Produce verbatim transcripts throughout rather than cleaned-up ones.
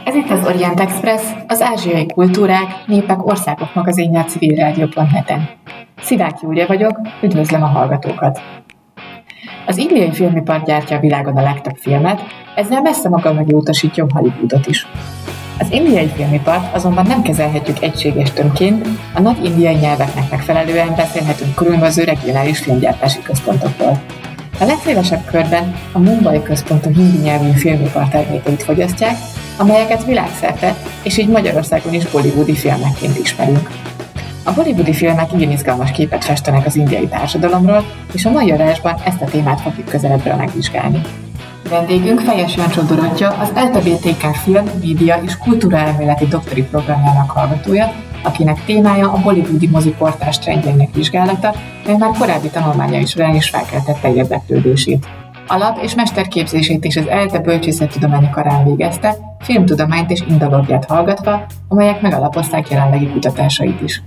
Ez itt az Orient Express, az ázsiai kultúrák, népek, országok magazinja a civil rádió pont net-en. Szivák Júlia vagyok, üdvözlöm a hallgatókat! Az indiai filmipar gyártja a világon a legtöbb filmet, ezzel messze maga mögé utasítja Hollywoodot is. Az indiai filmipart azonban nem kezelhetjük egységes tömbként, a nagy indiai nyelveknek megfelelően beszélhetünk különböző regionális filmgyártási központokról. A legszélesebb körben a Mumbai központú hindi nyelvű filmipar termékeit fogyasztják, amelyeket világszerte és így Magyarországon is bollywoodi filmekként ismerünk. A bollywoodi filmek igen izgalmas képet festenek az indiai társadalomról, és a mai adásban ezt a témát fogjuk közelebbről megvizsgálni. Vendégünk Fejes Jancsó Dorottya, az el té bé té ká Film, Média és Kultúraelméleti doktori programjának hallgatója, akinek témája a bollywoodi moziportás trendjeinek vizsgálata, mely már korábbi tanulmányai során is felkeltette érdeklődését. Alap- és mesterképzését is az ELTE Bölcsészettudományi Karán végezte, filmtudományt és indológiát hallgatva, amelyek megalapozták jelenlegi kutatásait is.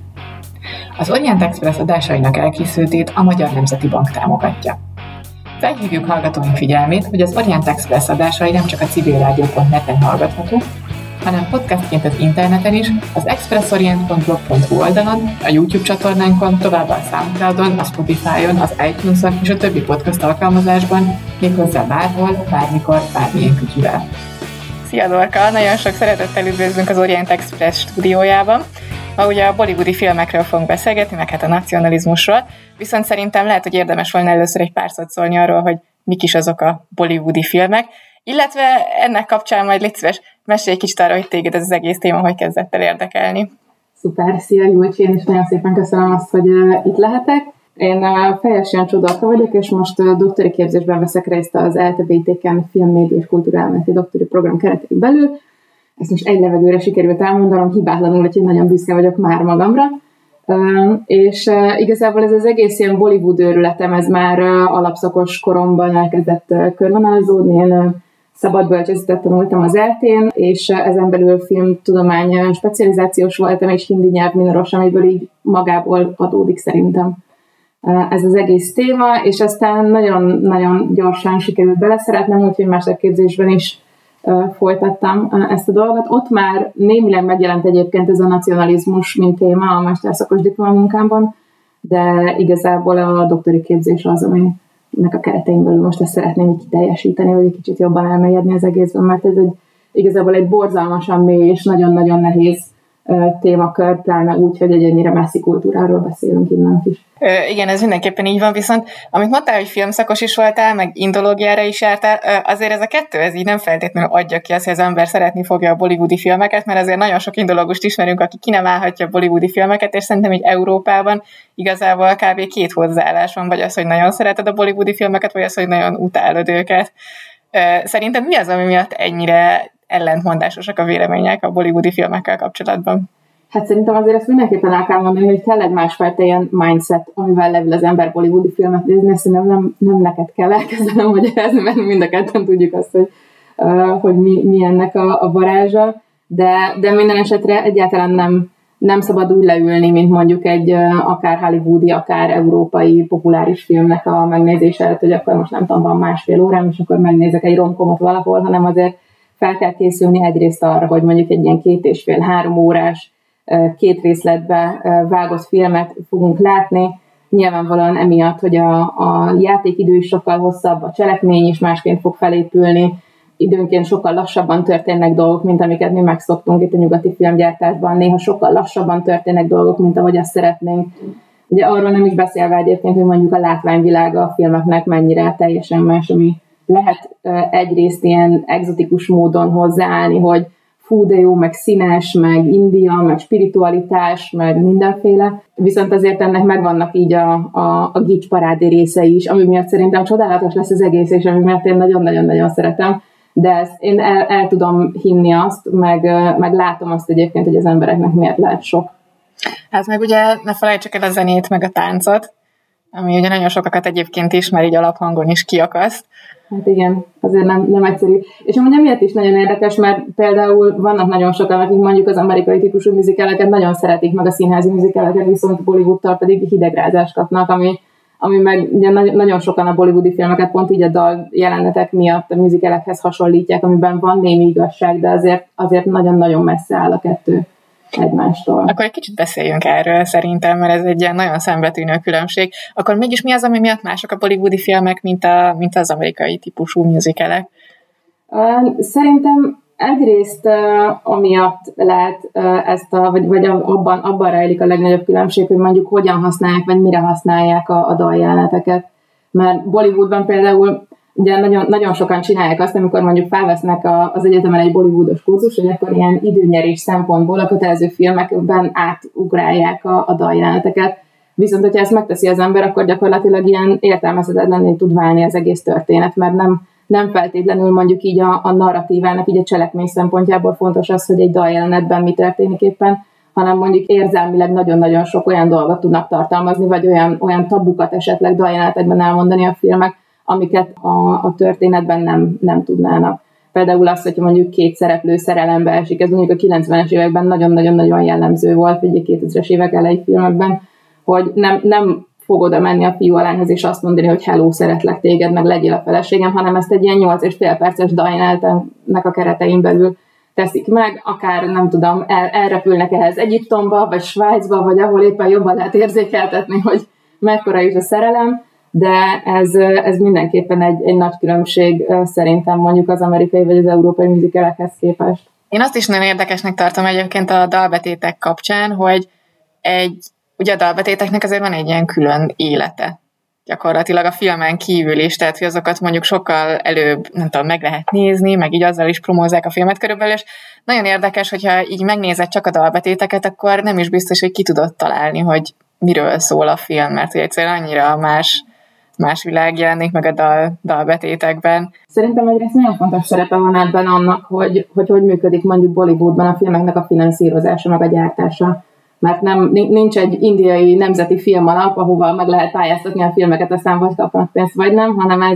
Az Orient Express adásainak elkészültét a Magyar Nemzeti Bank támogatja. Felhívjuk hallgatóink figyelmét, hogy az Orient Express adásai nem csak a civil rádió pont net-en hallgathatók, hanem podcastként az interneten is, az expressorient pont blog pont hu oldalon, a YouTube csatornánkon, továbbá a SoundCloudon, a Spotify-on, az iTunes-on és a többi podcast alkalmazásban, méghozzá bárhol, bármikor, bármilyen kütyűvel. Szia Dorka! Nagyon sok szeretettel üdvözlünk az Orient Express stúdiójában. Ma ugye a bollywoodi filmekről fogunk beszélgetni, meg hát a nacionalizmusról, viszont szerintem lehet, hogy érdemes volna először egy pár szót szólni arról, hogy mik is azok a bollywoodi filmek, illetve ennek kapcsán majd légy szíves, mesélj egy kicsit arra, hogy téged ez az egész téma hogy kezdett el érdekelni. Szuper, szia Júlcsi, én is nagyon szépen köszönöm azt, hogy uh, itt lehetek. Én uh, Fejes Jancsó Dorka vagyok, és most uh, doktori képzésben veszek részt az el té bé té ká Film, Média és Kultúraelméleti doktori program keretein belül. Ezt most egy levegőre sikerült elmondanom, hibátlanul, úgyhogy nagyon büszke vagyok már magamra. Uh, és uh, igazából ez az egész ilyen Bollywood őrületem, ez már uh, alapszakos koromban elkezdett uh, körvonalazódni. Én uh, szabad bölcsészetet tanultam az eltén, és uh, ezen belül filmtudomány uh, specializációs voltam, és hindi nyelv minoros, amiből így magából adódik szerintem uh, ez az egész téma, és aztán nagyon-nagyon gyorsan sikerült beleszeretnem, úgyhogy mesterképzésben is Uh, folytattam uh, ezt a dolgot. Ott már némileg megjelent egyébként ez a nacionalizmus, mint téma a mesterszakos diplomamunkámban, de igazából a doktori képzés az, aminek a keretein belül most ezt szeretném kiteljesíteni, vagy egy kicsit jobban elmélyedni az egészben, mert ez egy, igazából egy borzalmasan mély és nagyon-nagyon nehéz uh, témakör, pláne úgy, hogy egy ennyire messzi kultúráról beszélünk innen is. Ö, igen, ez mindenképpen így van, viszont amit mondtál, hogy filmszakos is voltál, meg indológiára is jártál, azért ez a kettő, ez így nem feltétlenül adja ki azt, hogy az ember szeretni fogja a bollywoodi filmeket, mert azért nagyon sok indológust ismerünk, aki ki nem állhatja a bollywoodi filmeket, és szerintem, hogy Európában igazából kb. Két hozzáállás van, vagy az, hogy nagyon szereted a bollywoodi filmeket, vagy az, hogy nagyon utálod őket. Szerinted mi az, ami miatt ennyire ellentmondásosak a vélemények a bollywoodi filmekkel kapcsolatban? Hát szerintem azért ezt mindenképpen el kell mondani, hogy kell egy másfajta ilyen mindset, amivel leül az ember bollywoodi filmet nézni, ezt nem, nem, nem neked kell elkezdenem magyarázni, mert mind a ketten tudjuk azt, hogy, uh, hogy mi, mi ennek a, a varázsa, de, de minden esetre egyáltalán nem, nem szabad úgy leülni, mint mondjuk egy uh, akár hollywoodi, akár európai populáris filmnek a megnézése előtt, hogy akkor most nem tudom, van másfél órám, és akkor megnézek egy romkomot valahol, hanem azért fel kell készülni egyrészt arra, hogy mondjuk egy ilyen két és fél, három órás két részletbe vágott filmet fogunk látni. Nyilvánvalóan emiatt, hogy a, a játékidő is sokkal hosszabb, a cselekmény is másként fog felépülni, időnként sokkal lassabban történnek dolgok, mint amiket mi megszoktunk itt a nyugati filmgyártásban, néha sokkal lassabban történnek dolgok, mint ahogy azt szeretnénk. Ugye arról nem is beszélve egyébként, hogy mondjuk a látványvilága a filmeknek mennyire teljesen más, ami lehet egyrészt ilyen egzotikus módon hozzáállni, hogy fú, de jó, meg színes, meg India, meg spiritualitás, meg mindenféle. Viszont azért ennek megvannak így a, a, a gics parádi részei is, ami miatt szerintem csodálatos lesz az egész, és ami miatt én nagyon-nagyon-nagyon szeretem. De ezt én el, el tudom hinni azt, meg, meg látom azt egyébként, hogy az embereknek miért lehet sok. Hát meg ugye ne felejtsük el a zenét, meg a táncot, ami ugye nagyon sokakat egyébként is, mert így alaphangon is kiakaszt. Hát igen, azért nem, nem egyszerű. És amúgy emiatt is nagyon érdekes, mert például vannak nagyon sokan, akik mondjuk az amerikai típusú műzikeleket nagyon szeretik, meg a színházi műzikeleket, viszont Bollywoodtól pedig hidegrázást kapnak, ami, ami meg ugye nagyon sokan a bollywoodi filmeket pont így a dal jelenetek miatt a musicalekhez hasonlítják, amiben van némi igazság, de azért, azért nagyon-nagyon messze áll a kettő egymástól. Akkor egy kicsit beszéljünk erről szerintem, mert ez egy ilyen nagyon szembetűnő különbség. Akkor mégis mi az, ami miatt mások a bollywoodi filmek, mint, a, mint az amerikai típusú musicalek? Szerintem egyrészt uh, amiatt lehet uh, ezt a, vagy, vagy abban, abban rejlik a legnagyobb különbség, hogy mondjuk hogyan használják, vagy mire használják a, a daljeleneteket. Mert Bollywoodban például ugye nagyon, nagyon sokan csinálják azt, amikor mondjuk felvesznek a, az egyetemen egy bollywoodos kurzus, hogy akkor ilyen időnyerés szempontból a kötelező filmekben átugrálják a, a daljeleneteket. Viszont, hogyha ezt megteszi az ember, akkor gyakorlatilag ilyen értelmezhetetlenné tud válni az egész történet, mert nem nem feltétlenül mondjuk így a, a narratívának, így a cselekmény szempontjából fontos az, hogy egy daljelenetben mi történik éppen, hanem mondjuk érzelmileg nagyon-nagyon sok olyan dolgot tudnak tartalmazni, vagy olyan, olyan tabukat esetleg daljelenetekben elmondani a filmek, amiket a, a történetben nem, nem tudnának. Például az, hogy mondjuk két szereplő szerelembe esik, ez mondjuk a kilencvenes években nagyon-nagyon-nagyon jellemző volt, vagy a kétezres évek elejé filmekben, hogy nem, nem fog oda menni a fiú a lányhoz, és azt mondani, hogy hello, szeretlek téged, meg legyél a feleségem, hanem ezt egy ilyen nyolc és fél perces daljelenetnek a keretein belül teszik meg, akár nem tudom, el, elrepülnek ehhez Egyiptomba, vagy Svájcba, vagy ahol éppen jobban lehet érzékeltetni, hogy mekkora is a szerelem, de ez, ez mindenképpen egy, egy nagy különbség szerintem mondjuk az amerikai vagy az európai musicalekhez képest. Én azt is nagyon érdekesnek tartom egyébként a dalbetétek kapcsán, hogy egy ugye a dalbetéteknek azért van egy ilyen külön élete. Gyakorlatilag a filmen kívül is, tehát hogy azokat mondjuk sokkal előbb, nem tudom, meg lehet nézni, meg így azzal is promózzák a filmet körülbelül, és nagyon érdekes, hogyha így megnézed csak a dalbetéteket, akkor nem is biztos, hogy ki tudod találni, hogy miről szól a film, mert ugye egyszerűen annyira más, más világ jelenik meg a dal, dalbetétekben. Szerintem egyrészt nagyon fontos szerepe van ebben annak, hogy, hogy hogy működik mondjuk Bollywoodban a filmeknek a finanszírozása, meg a gyártása. Mert nem, nincs egy indiai nemzeti filmalap, ahova meg lehet pályáztatni a filmeket, aztán vagy kapnak pénzt, vagy nem, hanem ez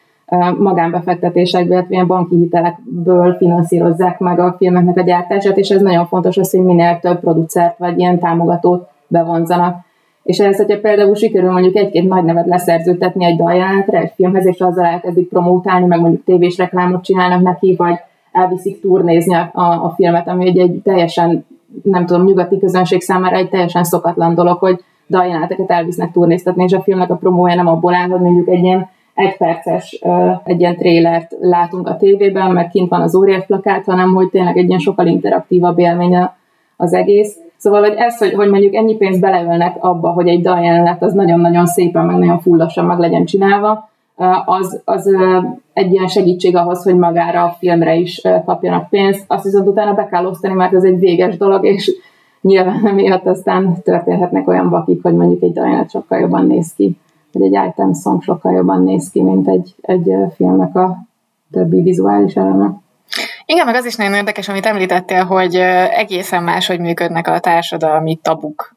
magánbefektetésekből, illetve ilyen banki hitelekből finanszírozzák meg a filmeknek a gyártását, és ez nagyon fontos az, hogy minél több producert vagy ilyen támogatót bevonzanak. És ez, hogyha például sikerül mondjuk egy-két nagy nevet leszerződtetni egy daljelenetre, egy filmhez, és azzal elkezdik promótálni, meg mondjuk tévés reklámot csinálnak neki, vagy elviszik turnézni a, a, a filmet, ami egy, egy teljesen nem tudom, nyugati közönség számára egy teljesen szokatlan dolog, hogy daljeleneteket elvisznek turnéztatni, és a filmnek a promója nem abból áll, hogy mondjuk egy ilyen egyperces, egy ilyen trélert látunk a tévében, meg kint van az óriás plakát, hanem hogy tényleg egy ilyen sokkal interaktívabb élmény az egész. Szóval, hogy ez, hogy, hogy mondjuk ennyi pénzt beleölnek abba, hogy egy daljelenet az nagyon-nagyon szépen, meg nagyon fullosan meg legyen csinálva, az, az egy ilyen segítség ahhoz, hogy magára a filmre is kapjanak pénzt. Azt viszont utána be kell osztani, mert ez egy véges dolog, és nyilván emiatt aztán történhetnek olyan vakik, hogy mondjuk egy daljelenet sokkal jobban néz ki, vagy egy item song sokkal jobban néz ki, mint egy, egy filmnek a többi vizuális eleme. Igen, meg az is nagyon érdekes, amit említettél, hogy egészen máshogy működnek a társadalmi tabuk,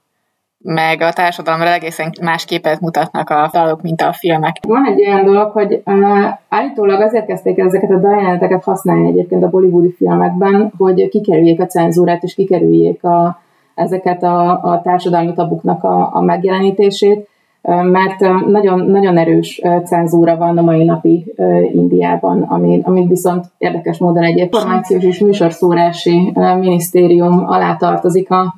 meg a társadalomra egészen más képet mutatnak a dalok, mint a filmek. Van egy olyan dolog, hogy uh, állítólag azért kezdték ezeket a daljeleneteket használni egyébként a bollywoodi filmekben, hogy kikerüljék a cenzúrát, és kikerüljék a, ezeket a, a társadalmi tabuknak a, a megjelenítését, uh, mert uh, nagyon, nagyon erős uh, cenzúra van a mai napi uh, Indiában, ami, amit viszont érdekes módon egy információs és műsorszórási uh, minisztérium alá tartozik a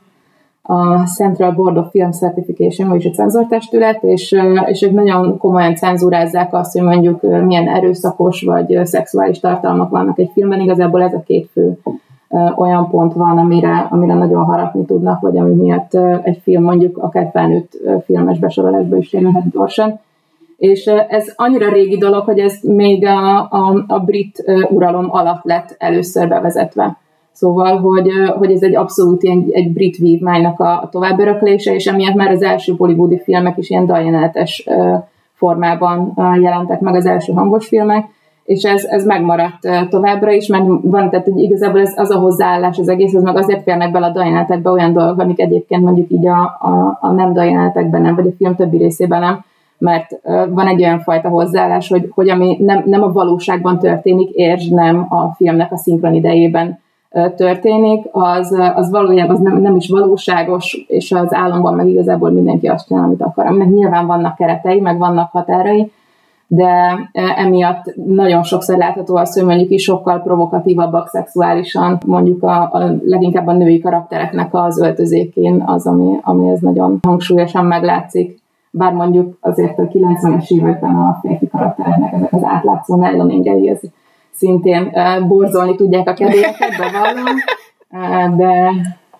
a Central Board of Film Certification, vagyis a cenzortestület, és, és ők nagyon komolyan cenzúrázzák azt, hogy mondjuk milyen erőszakos vagy szexuális tartalmak vannak egy filmben. Igazából ez a két fő olyan pont van, amire, amire nagyon harapni tudnak, vagy ami miatt egy film mondjuk akár felnőtt filmes besorolásba is kerülhet gyorsan. És ez annyira régi dolog, hogy ez még a, a, a brit uralom alatt lett először bevezetve. Szóval, hogy, hogy ez egy abszolút egy, egy brit vívmánynak a, a továbböröklése, és emiatt már az első bollywoodi filmek is ilyen daljelenetes formában jelentek meg, az első hangos filmek, és ez, ez megmaradt továbbra is, mert van, tehát igazából ez az a hozzáállás az egészhez, meg azért férnek bele a daljelenetekbe olyan dolgok, amik egyébként mondjuk így a, a, a nem daljelenetekben nem, vagy a film többi részében nem, mert van egy olyan fajta hozzáállás, hogy, hogy ami nem, nem a valóságban történik, értsd nem a filmnek a szinkron idejében történik, az, az valójában az nem, nem is valóságos, és az államban meg igazából mindenki azt csinál, amit akar. Aminek nyilván vannak keretei, meg vannak határai, de emiatt nagyon sokszor látható az, hogy mondjuk is sokkal provokatívabbak szexuálisan, mondjuk a, a leginkább a női karaktereknek az öltözékén az, ami, ami ez nagyon hangsúlyosan meglátszik. Bár mondjuk azért a kilencvenes években a férfi karaktereknek ezek az átlátszó nylon ingei, ez szintén uh, borzolni tudják a kedélyeket, bevallom, uh, de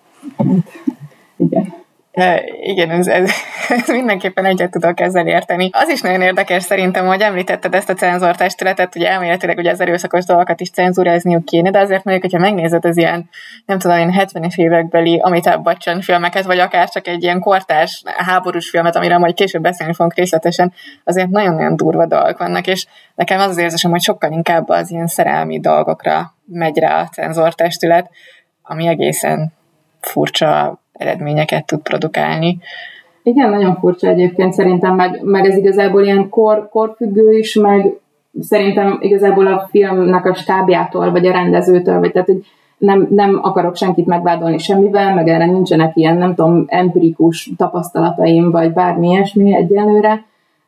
igen. Ja, igen, ez, ez, ez mindenképpen egyet tudok ezzel érteni. Az is nagyon érdekes szerintem, hogy említetted ezt a cenzortestületet, ugye elméletileg ugye az erőszakos dolgokat is cenzúrázniuk kéne, de azért mondjuk, hogyha megnézed az ilyen, nem tudom, ilyen hetvenes évekbeli Amitabh Bachchan filmeket, vagy akár csak egy ilyen kortárs háborús filmet, amiről majd később beszélni fogunk részletesen, azért nagyon-nagyon durva dolgok vannak, és nekem az az érzésem, hogy sokkal inkább az ilyen szerelmi dolgokra megy rá a cenzortestület, ami egészen furcsa eredményeket tud produkálni. Igen, nagyon furcsa egyébként szerintem, meg, meg ez igazából ilyen kor, korfüggő is, meg szerintem igazából a filmnek a stábjától, vagy a rendezőtől, vagy tehát, hogy nem, nem akarok senkit megvádolni semmivel, meg erre nincsenek ilyen, nem tudom, empirikus tapasztalataim, vagy bármi ilyesmi egyelőre.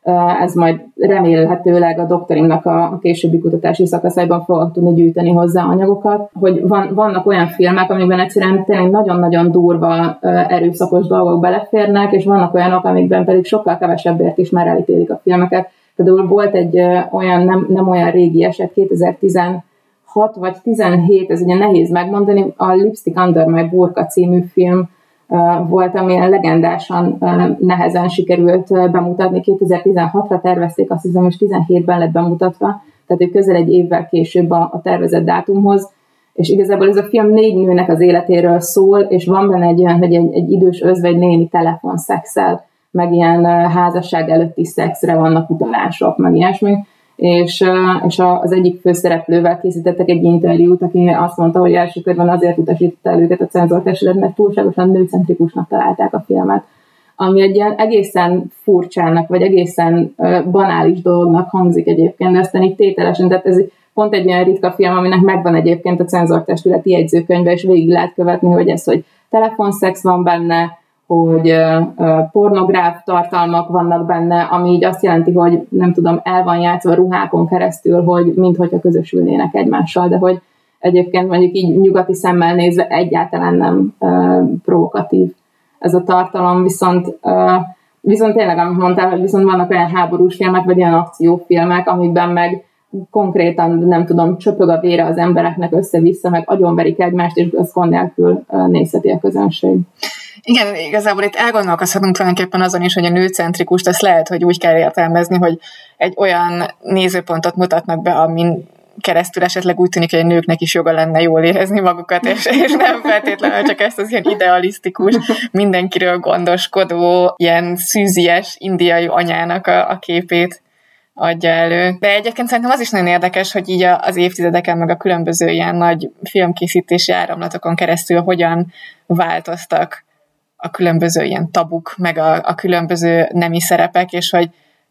Ez majd remélhetőleg a doktorimnak a későbbi kutatási szakaszaiban fogok tudni gyűjteni hozzá anyagokat, hogy van, vannak olyan filmek, amikben egyszerűen tényleg nagyon-nagyon durva erőszakos dolgok beleférnek, és vannak olyanok, amikben pedig sokkal kevesebbért is már elítélik a filmeket. Például volt egy olyan nem, nem olyan régi eset, kétezer-tizenhat vagy tizenhét, ez ugye nehéz megmondani, a Lipstick Under My Burka című film volt, amilyen legendásan nehezen sikerült bemutatni. kétezer-tizenhatra tervezték, azt hiszem, és tizenhétben lett bemutatva, tehát egy közel egy évvel később a, a tervezett dátumhoz, és igazából ez a film négy nőnek az életéről szól, és van benne egy olyan, hogy egy, egy idős özvegy néni telefonszexel, meg ilyen házasság előtti szexre vannak utalások, meg ilyesmi, és, és az egyik főszereplővel készítettek egy interjút, aki azt mondta, hogy első körben azért utasította el őket a cenzortestület, mert túlságosan nőcentrikusnak találták a filmet. Ami egy ilyen egészen furcsának, vagy egészen banális dolognak hangzik egyébként, de aztán így tételesen, tehát ez pont egy olyan ritka film, aminek megvan egyébként a cenzortestületi jegyzőkönyve, és végig lehet követni, hogy ez, hogy telefonszex van benne, hogy uh, pornográf tartalmak vannak benne, ami így azt jelenti, hogy nem tudom, el van játszva ruhákon keresztül, hogy minthogyha közösülnének egymással, de hogy egyébként mondjuk így nyugati szemmel nézve egyáltalán nem uh, provokatív ez a tartalom, viszont, uh, viszont tényleg, amit mondtál, hogy viszont vannak olyan háborús filmek, vagy olyan akciófilmek, amikben meg konkrétan, nem tudom, csöpög a vére az embereknek össze-vissza, meg agyonverik egymást, és az gond nélkül uh, nézheti a közönség. Igen, igazából itt elgondolkozhatunk tulajdonképpen azon is, hogy a nőcentrikust ezt lehet, hogy úgy kell értelmezni, hogy egy olyan nézőpontot mutatnak be, amin keresztül esetleg úgy tűnik, hogy a nőknek is joga lenne jól érezni magukat, és, és nem feltétlenül csak ezt az ilyen idealisztikus, mindenkiről gondoskodó, ilyen szűzies indiai anyának a, a képét adja elő. De egyébként szerintem az is nagyon érdekes, hogy így az évtizedeken, meg a különböző ilyen nagy filmkészítési áramlatokon keresztül hogyan változtak a különböző ilyen tabuk, meg a, a különböző nemi szerepek, és hogy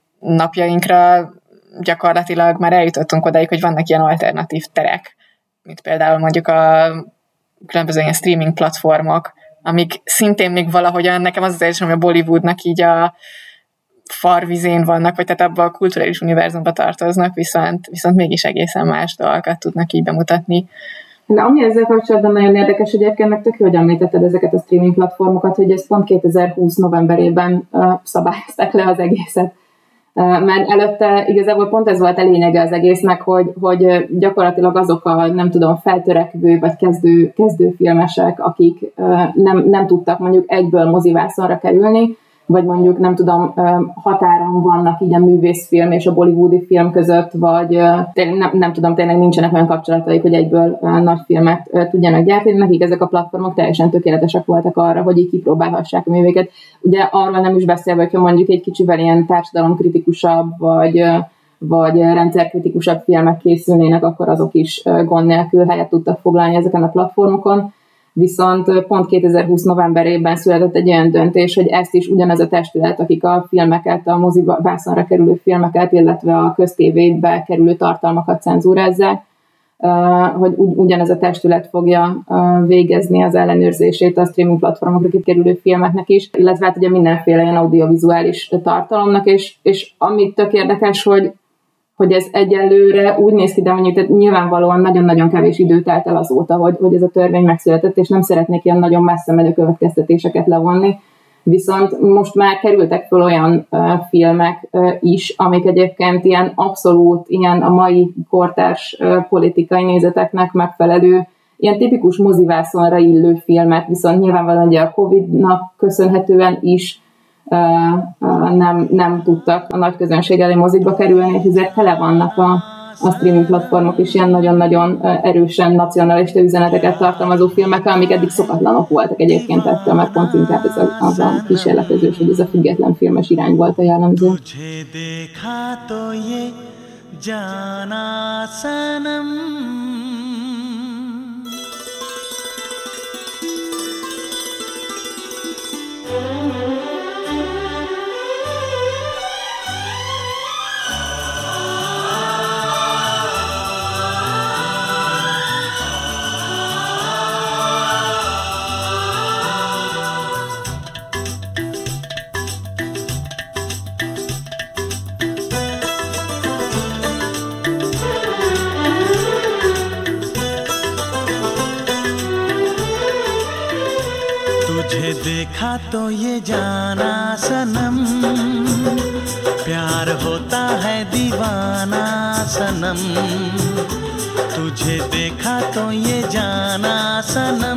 napjainkra gyakorlatilag már eljutottunk odáig, hogy vannak ilyen alternatív terek, mint például mondjuk a különböző ilyen streaming platformok, amik szintén még valahogyan, nekem az az érzésem, hogy a Bollywoodnak így a farvizén vannak, vagy tehát abban a kulturális univerzumba tartoznak, viszont, viszont mégis egészen más dolgokat tudnak így bemutatni. De ami ezzel kapcsolatban nagyon érdekes, hogy egyébként tök jó, hogy említetted ezeket a streaming platformokat, hogy ez pont kétezer-húsz novemberében uh, szabályozták le az egészet. Uh, mert előtte igazából pont ez volt a lényege az egésznek, hogy, hogy gyakorlatilag azok a, nem tudom, feltörekvő vagy kezdő, kezdőfilmesek, akik uh, nem, nem tudtak mondjuk egyből mozivászonra kerülni, vagy mondjuk, nem tudom, határon vannak így a művészfilm és a bollywoodi film között, vagy nem, nem tudom, tényleg nincsenek olyan kapcsolataik, hogy egyből nagy filmet tudjanak gyártani, nekik ezek a platformok teljesen tökéletesek voltak arra, hogy így kipróbálhassák a művéket. Ugye arról nem is beszélve, hogyha mondjuk egy kicsivel ilyen társadalomkritikusabb, vagy, vagy rendszerkritikusabb filmek készülnének, akkor azok is gond nélkül helyet tudtak foglalni ezeken a platformokon. Viszont pont kétezer-húsz novemberében született egy olyan döntés, hogy ezt is ugyanez a testület, akik a filmeket, a mozivászonra kerülő filmeket, illetve a köztévébe kerülő tartalmakat cenzúrázzák, hogy ugy, ugyanez a testület fogja végezni az ellenőrzését a streaming platformokra kikerülő filmeknek is, illetve hát ugye mindenféle ilyen audiovizuális tartalomnak, és, és amit tök érdekes, hogy, hogy ez egyelőre úgy néz ki, de mondjuk nyilvánvalóan nagyon-nagyon kevés idő telt el azóta, hogy, hogy ez a törvény megszületett, és nem szeretnék ilyen nagyon messze menő következtetéseket levonni, viszont most már kerültek föl olyan uh, filmek uh, is, amik egyébként ilyen abszolút, ilyen a mai kortárs uh, politikai nézeteknek megfelelő, ilyen tipikus mozivászonra illő filmek, viszont nyilvánvalóan ugye a Covidnak köszönhetően is uh, uh, nem, nem tudtak a nagy közönség elé mozikba kerülni, és ezért tele vannak a a streaming platformok is ilyen nagyon-nagyon erősen nacionalista üzeneteket tartalmazó filmek, amik eddig szokatlanok voltak egyébként ettől, mert pont inkább ez a, az a kísérletezős, hogy ez a független filmes irány volt a jellemző. देखा तो ये जाना सनम प्यार होता है दीवाना सनम तुझे देखा तो ये जाना सनम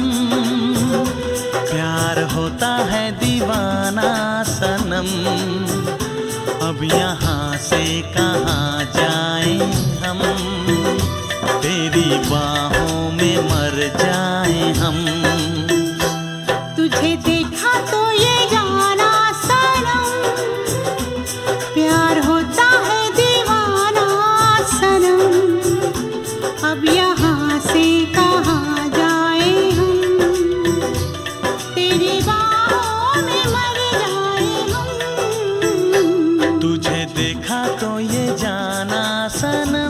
प्यार होता है दीवाना सनम अब यहाँ से कहाँ जाएं हम तेरी बाहों में मर जाएं हम तुझे देखा तो ये जाना सनम प्यार होता है दीवाना सनम अब यहाँ से कहाँ जाए हम तेरी बाहों में मर जाए हम तुझे देखा तो ये जाना सनम.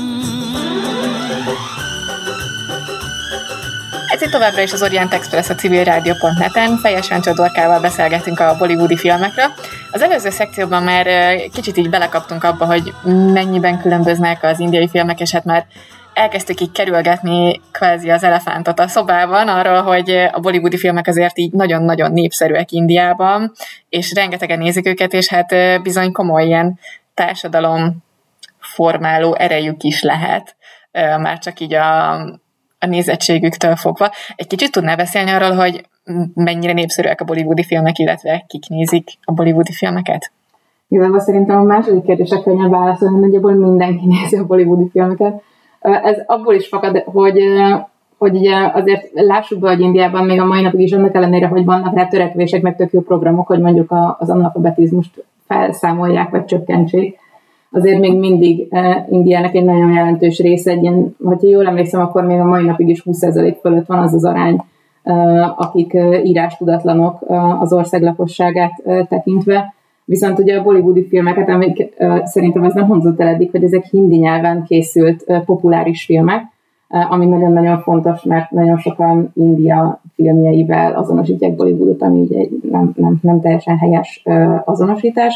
Ez itt továbbra is az Orient Express a civil rádió pont net-en, Fejes Vencsó Dorkával beszélgetünk a bollywoodi filmekről. Az előző szekcióban már kicsit így belekaptunk abba, hogy mennyiben különböznek az indiai filmek, és hát már elkezdtük így kerülgetni kvázi az elefántot a szobában arról, hogy a bollywoodi filmek azért így nagyon-nagyon népszerűek Indiában, és rengetegen nézik őket, és hát bizony komoly ilyen társadalom formáló erejük is lehet, már csak így a, a nézettségüktől fogva. Egy kicsit tudnál beszélni arról, hogy mennyire népszerűek a bollywoodi filmek, illetve kik nézik a bollywoodi filmeket? Igazából szerintem a második kérdésre könnyebb válaszolni, hogy nagyjából mindenki nézi a bollywoodi filmeket. Ez abból is fakad, hogy, hogy ugye azért lássuk be, hogy Indiában még a mai napig is annak ellenére, hogy vannak rá törekvések, meg tök jó programok, hogy mondjuk az analfabetizmust felszámolják, vagy csökkentsék. Azért még mindig Indiának egy nagyon jelentős része, egy ilyen, hogyha jól emlékszem, akkor még a mai napig is húsz százalék fölött van az az arány, akik írástudatlanok az ország lakosságát tekintve. Viszont ugye a bollywoodi filmeket, amik szerintem ez nem hangzott el eddig, hogy ezek hindi nyelven készült populáris filmek, ami nagyon-nagyon fontos, mert nagyon sokan India filmjeivel azonosítják Bollywoodot, ami ugye nem, nem, nem teljesen helyes azonosítás.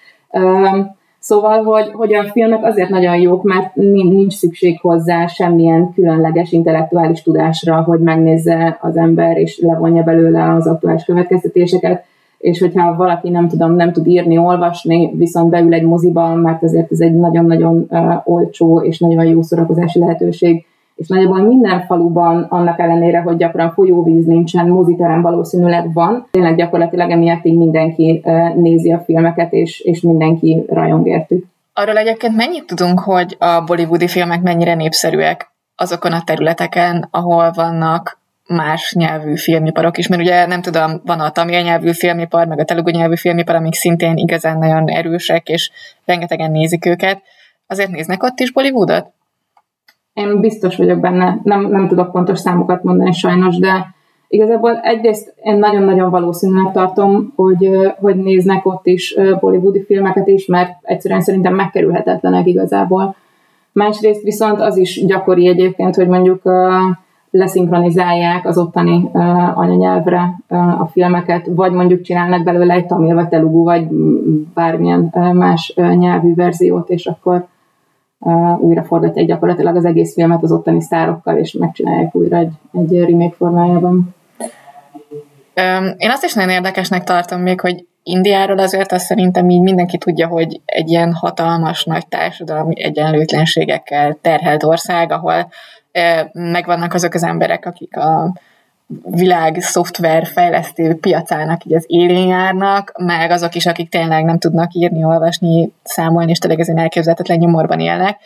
Szóval, hogy, hogy a filmek azért nagyon jók, mert nincs szükség hozzá semmilyen különleges intellektuális tudásra, hogy megnézze az ember, és levonja belőle az aktuális következtetéseket, és hogyha valaki nem tudom, nem tud írni, olvasni, viszont beül egy moziba, mert azért ez egy nagyon-nagyon uh, olcsó és nagyon jó szórakozási lehetőség, és nagyjából minden faluban, annak ellenére, hogy gyakran folyóvíz nincsen, moziterem valószínűleg van. Tényleg gyakorlatilag emiatt így mindenki uh, nézi a filmeket, és, és mindenki rajong értük. Arról egyébként mennyit tudunk, hogy a bollywoodi filmek mennyire népszerűek azokon a területeken, ahol vannak más nyelvű filmiparok is, mert ugye nem tudom, van a tamil nyelvű filmipar, meg a telugu nyelvű filmipar, amik szintén igazán nagyon erősek, és rengetegen nézik őket. Azért néznek ott is Bollywoodot? Én biztos vagyok benne, nem, nem tudok pontos számokat mondani sajnos, de igazából egyrészt én nagyon-nagyon valószínűleg tartom, hogy, hogy néznek ott is bollywoodi filmeket is, mert egyszerűen szerintem megkerülhetetlenek igazából. Másrészt viszont az is gyakori egyébként, hogy mondjuk leszinkronizálják az ottani anyanyelvre a filmeket, vagy mondjuk csinálnak belőle egy tamil, vagy telugu, vagy bármilyen más nyelvű verziót, és akkor újra fordítják gyakorlatilag az egész filmet az ottani sztárokkal, és megcsinálják újra egy, egy remake formájában. Én azt is nagyon érdekesnek tartom még, hogy Indiáról azért azt szerintem így mindenki tudja, hogy egy ilyen hatalmas, nagy társadalmi egyenlőtlenségekkel terhelt ország, ahol megvannak azok az emberek, akik a világ szoftverfejlesztő piacának így az élén járnak, meg azok is, akik tényleg nem tudnak írni, olvasni, számolni, és tényleg ezen elképzelhetetlen nyomorban élnek.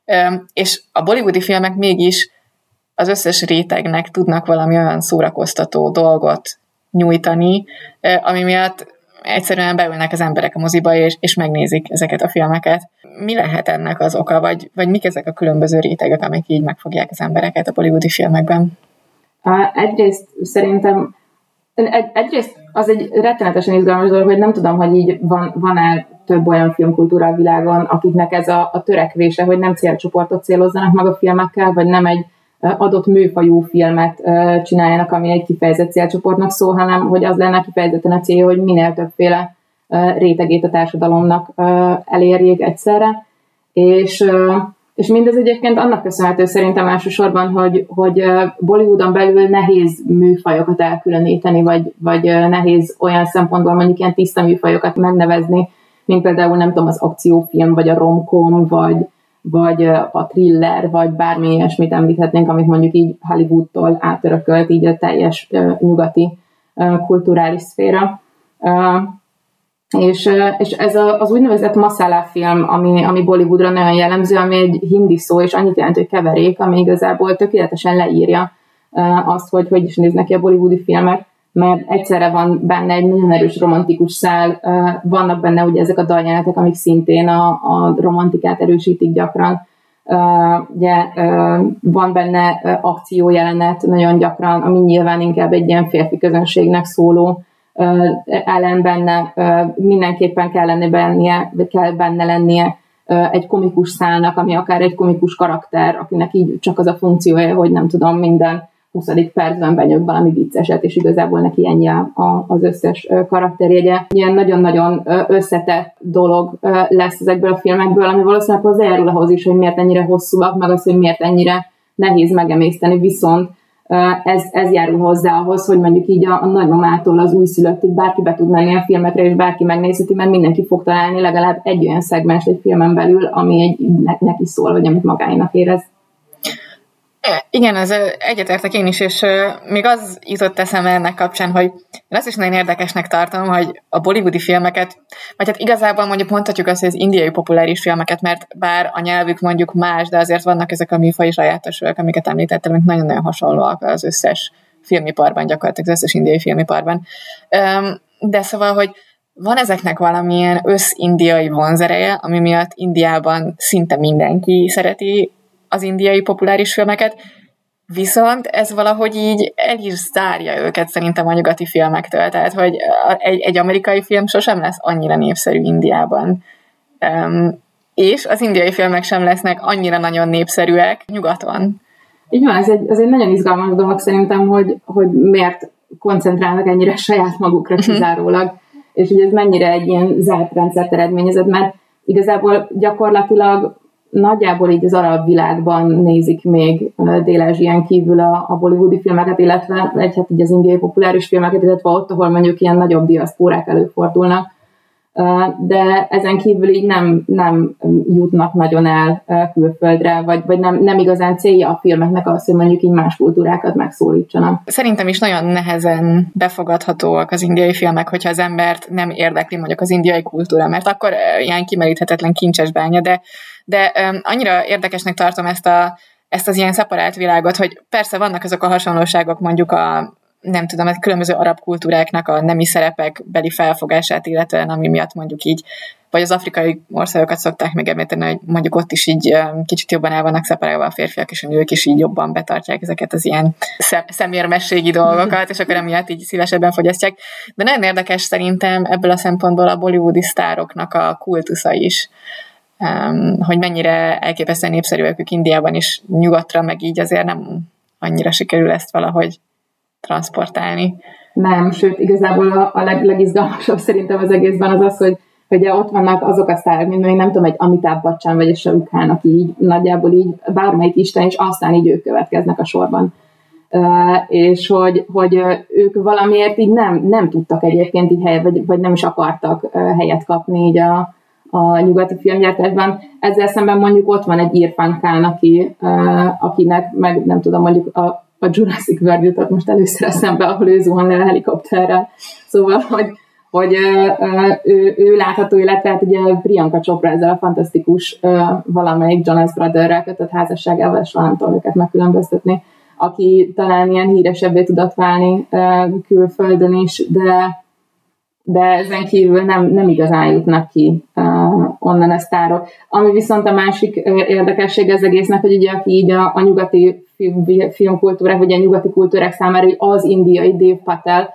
És a bollywoodi filmek mégis az összes rétegnek tudnak valami olyan szórakoztató dolgot nyújtani, ami miatt egyszerűen beülnek az emberek a moziba, és, és megnézik ezeket a filmeket. Mi lehet ennek az oka, vagy, vagy mik ezek a különböző rétegek, amik így megfogják az embereket a bollywoodi filmekben? Egyrészt szerintem egy, egyrészt az egy rettenetesen izgalmas dolog, hogy nem tudom, hogy így van, van-e több olyan filmkultúra a világon, akiknek ez a, a törekvése, hogy nem célcsoportot célozzanak meg a filmekkel, vagy nem egy adott műfajú filmet csináljanak, ami egy kifejezett célcsoportnak szól, hanem hogy az lenne kifejezetten a célja, hogy minél többféle rétegét a társadalomnak elérjék egyszerre. És, és mindez egyébként annak köszönhető szerintem elsősorban, hogy, hogy Bollywoodon belül nehéz műfajokat elkülöníteni, vagy, vagy nehéz olyan szempontból mondjuk ilyen tiszta műfajokat megnevezni, mint például nem tudom, az akciófilm, vagy a romcom, vagy vagy a thriller, vagy bármi ilyesmit említhetnénk, amit mondjuk így Hollywoodtól átörökölt így a teljes uh, nyugati uh, kulturális szféra. Uh, és, uh, és ez a, az úgynevezett masala film, ami, ami Bollywoodra nagyon jellemző, ami egy hindi szó, és annyit jelent, hogy keverék, ami igazából tökéletesen leírja uh, azt, hogy hogy is néznek ki a bollywoodi filmek, mert egyszerre van benne egy nagyon erős romantikus szál, vannak benne ugye ezek a daljelenetek, amik szintén a, a romantikát erősítik gyakran. Ugye van benne akciójelenet nagyon gyakran, ami nyilván inkább egy ilyen férfi közönségnek szóló ellen benne mindenképpen kell, lenni bennie, kell benne lennie egy komikus szálnak, ami akár egy komikus karakter, akinek így csak az a funkciója, hogy nem tudom, minden huszadik percben benyög valami vicceset, és igazából neki ennyi az összes karakterjegye. Ilyen nagyon-nagyon összetett dolog lesz ezekből a filmekből, ami valószínűleg hozzájárul ahhoz is, hogy miért ennyire hosszúak, meg az, hogy miért ennyire nehéz megemészteni, viszont ez, ez járul hozzá ahhoz, hogy mondjuk így a, a nagymamától az újszülöttig bárki be tud menni a filmekre, és bárki megnézheti, mert mindenki fog találni legalább egy olyan szegmens egy filmen belül, ami egy, neki szól, vagy amit magáinak érez. Igen, ez egyetértek én is, és még az jutott eszembe ennek kapcsán, hogy én azt is nagyon érdekesnek tartom, hogy a bollywoodi filmeket, vagy hát igazából mondjuk mondhatjuk azt, hogy az indiai populáris filmeket, mert bár a nyelvük mondjuk más, de azért vannak ezek a műfaji sajátosulók, amiket említettem, amik nagyon-nagyon hasonlóak az összes filmiparban, gyakorlatilag az összes indiai filmiparban. De szóval, hogy van ezeknek valamilyen összindiai vonzereje, ami miatt Indiában szinte mindenki szereti az indiai populáris filmeket, viszont ez valahogy így el is zárja őket szerintem a nyugati filmektől, tehát hogy egy, egy amerikai film sosem lesz annyira népszerű Indiában, um, és az indiai filmek sem lesznek annyira nagyon népszerűek nyugaton. Így van, ez egy, ez egy nagyon izgalmas dolog szerintem, hogy, hogy miért koncentrálnak ennyire saját magukra kizárólag, és hogy ez mennyire egy ilyen zárt rendszert eredményezett, mert igazából gyakorlatilag nagyjából így az arab világban nézik még Dél-Ázsián kívül a, a bollywoodi filmeket, illetve egy, hát így az indiai populáris filmeket, illetve ott, ahol mondjuk ilyen nagyobb diaszpórák előfordulnak. De ezen kívül így nem, nem jutnak nagyon el külföldre, vagy, vagy nem, nem igazán célja a filmeknek az, hogy mondjuk így más kultúrákat megszólítsanak. Szerintem is nagyon nehezen befogadhatóak az indiai filmek, hogyha az embert nem érdekli mondjuk az indiai kultúra, mert akkor ilyen kimeríthetetlen kincses bánya, de, de um, annyira érdekesnek tartom ezt, a, ezt az ilyen szeparált világot, hogy persze vannak azok a hasonlóságok mondjuk a nem tudom, a különböző arab kultúráknak a nemi szerepek beli felfogását, illetően ami miatt mondjuk így, vagy az afrikai országokat szokták még említeni, hogy mondjuk ott is így kicsit jobban el vannak szeparálva a férfiak, és a nők is így jobban betartják ezeket az ilyen szem- szemérmességi dolgokat, és akkor emiatt így szívesebben fogyasztják. De nagyon érdekes szerintem ebből a szempontból a bollywoodi sztároknak a kultusza is. hogy mennyire elképesztően népszerűek ők Indiában is nyugatra, meg így azért nem annyira sikerül ezt valahogy transportálni. Nem, sőt, igazából a, a leg, legizgalmasabb szerintem az egészben az az, hogy hogy ott vannak azok a sztárok, mint még nem tudom, egy Amitabh Bachchan vagy egy Shah Khan, aki így nagyjából így bármelyik isten, és aztán így ők következnek a sorban. Uh, és hogy, hogy ők valamiért így nem, nem tudtak egyébként így helyet, vagy, vagy nem is akartak uh, helyet kapni így a, a nyugati filmgyártásban. Ezzel szemben mondjuk ott van egy Irfan Khan, aki, uh, akinek meg nem tudom, mondjuk a, a Jurassic World jutott most először eszembe, ahol ő zuhan le a helikopterrel. Szóval, hogy hogy uh, ő, ő látható, illetve hát ugye Priyanka Chopra ezzel a fantasztikus uh, valamelyik Jonas Brotherrel kötött házasságával, soha nem tudom őket megkülönböztetni, aki talán ilyen híresebbé tudott válni uh, külföldön is, de, de ezen kívül nem, nem igazán jutnak ki uh, onnan a sztárok. Ami viszont a másik uh, érdekesség az egésznek, hogy ugye aki így a, a nyugati film, filmkultúrák, vagy a nyugati kultúrák számára az indiai Dev Patel,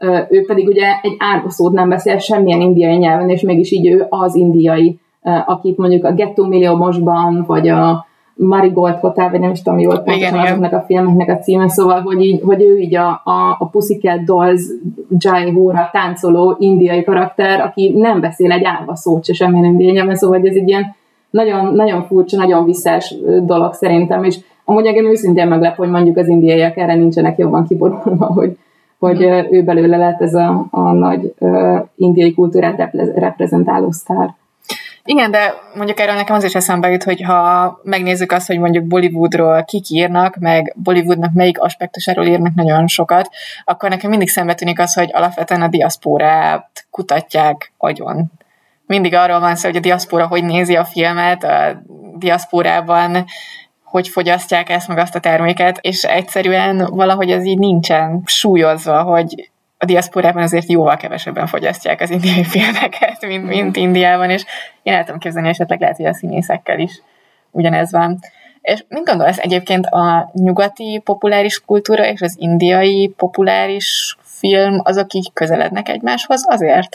ő pedig ugye egy árva szót nem beszél semmilyen indiai nyelven, és mégis így ő az indiai, akit mondjuk a Gettó Milliómosban, vagy a Marigold Hotel, vagy nem is tudom, jól pontosan azoknak a filmeknek a címe, szóval, hogy, így, hogy ő így a, a, a Pussycat Dolls Jai Hóra táncoló indiai karakter, aki nem beszél egy árva szót se semmilyen indiai nyelven, szóval hogy ez egy ilyen nagyon, nagyon furcsa, nagyon visszás dolog szerintem, és amúgy engem őszintén meglep, hogy mondjuk az indiaiak erre nincsenek jobban kiborulva, hogy hogy ő belőle lett ez a, a nagy uh, indiai kultúrát repre- reprezentáló sztár. Igen, de mondjuk erről nekem az is eszembe jut, hogy ha megnézzük azt, hogy mondjuk Bollywoodról kik írnak, meg Bollywoodnak melyik aspektusáról írnak nagyon sokat, akkor nekem mindig szembe tűnik az, hogy alapvetően a diaszpórát kutatják agyon. Mindig arról van szó, hogy a diaszpóra hogy nézi a filmet, a diaszpórában hogy fogyasztják ezt, meg azt a terméket, és egyszerűen valahogy ez így nincsen súlyozva, hogy a diaszporában azért jóval kevesebben fogyasztják az indiai filmeket, mint, mint Indiában, és én el tudom képzelni, esetleg lehet, hogy a színészekkel is ugyanez van. És mit gondolsz egyébként a nyugati populáris kultúra és az indiai populáris film, azok így közelednek egymáshoz azért?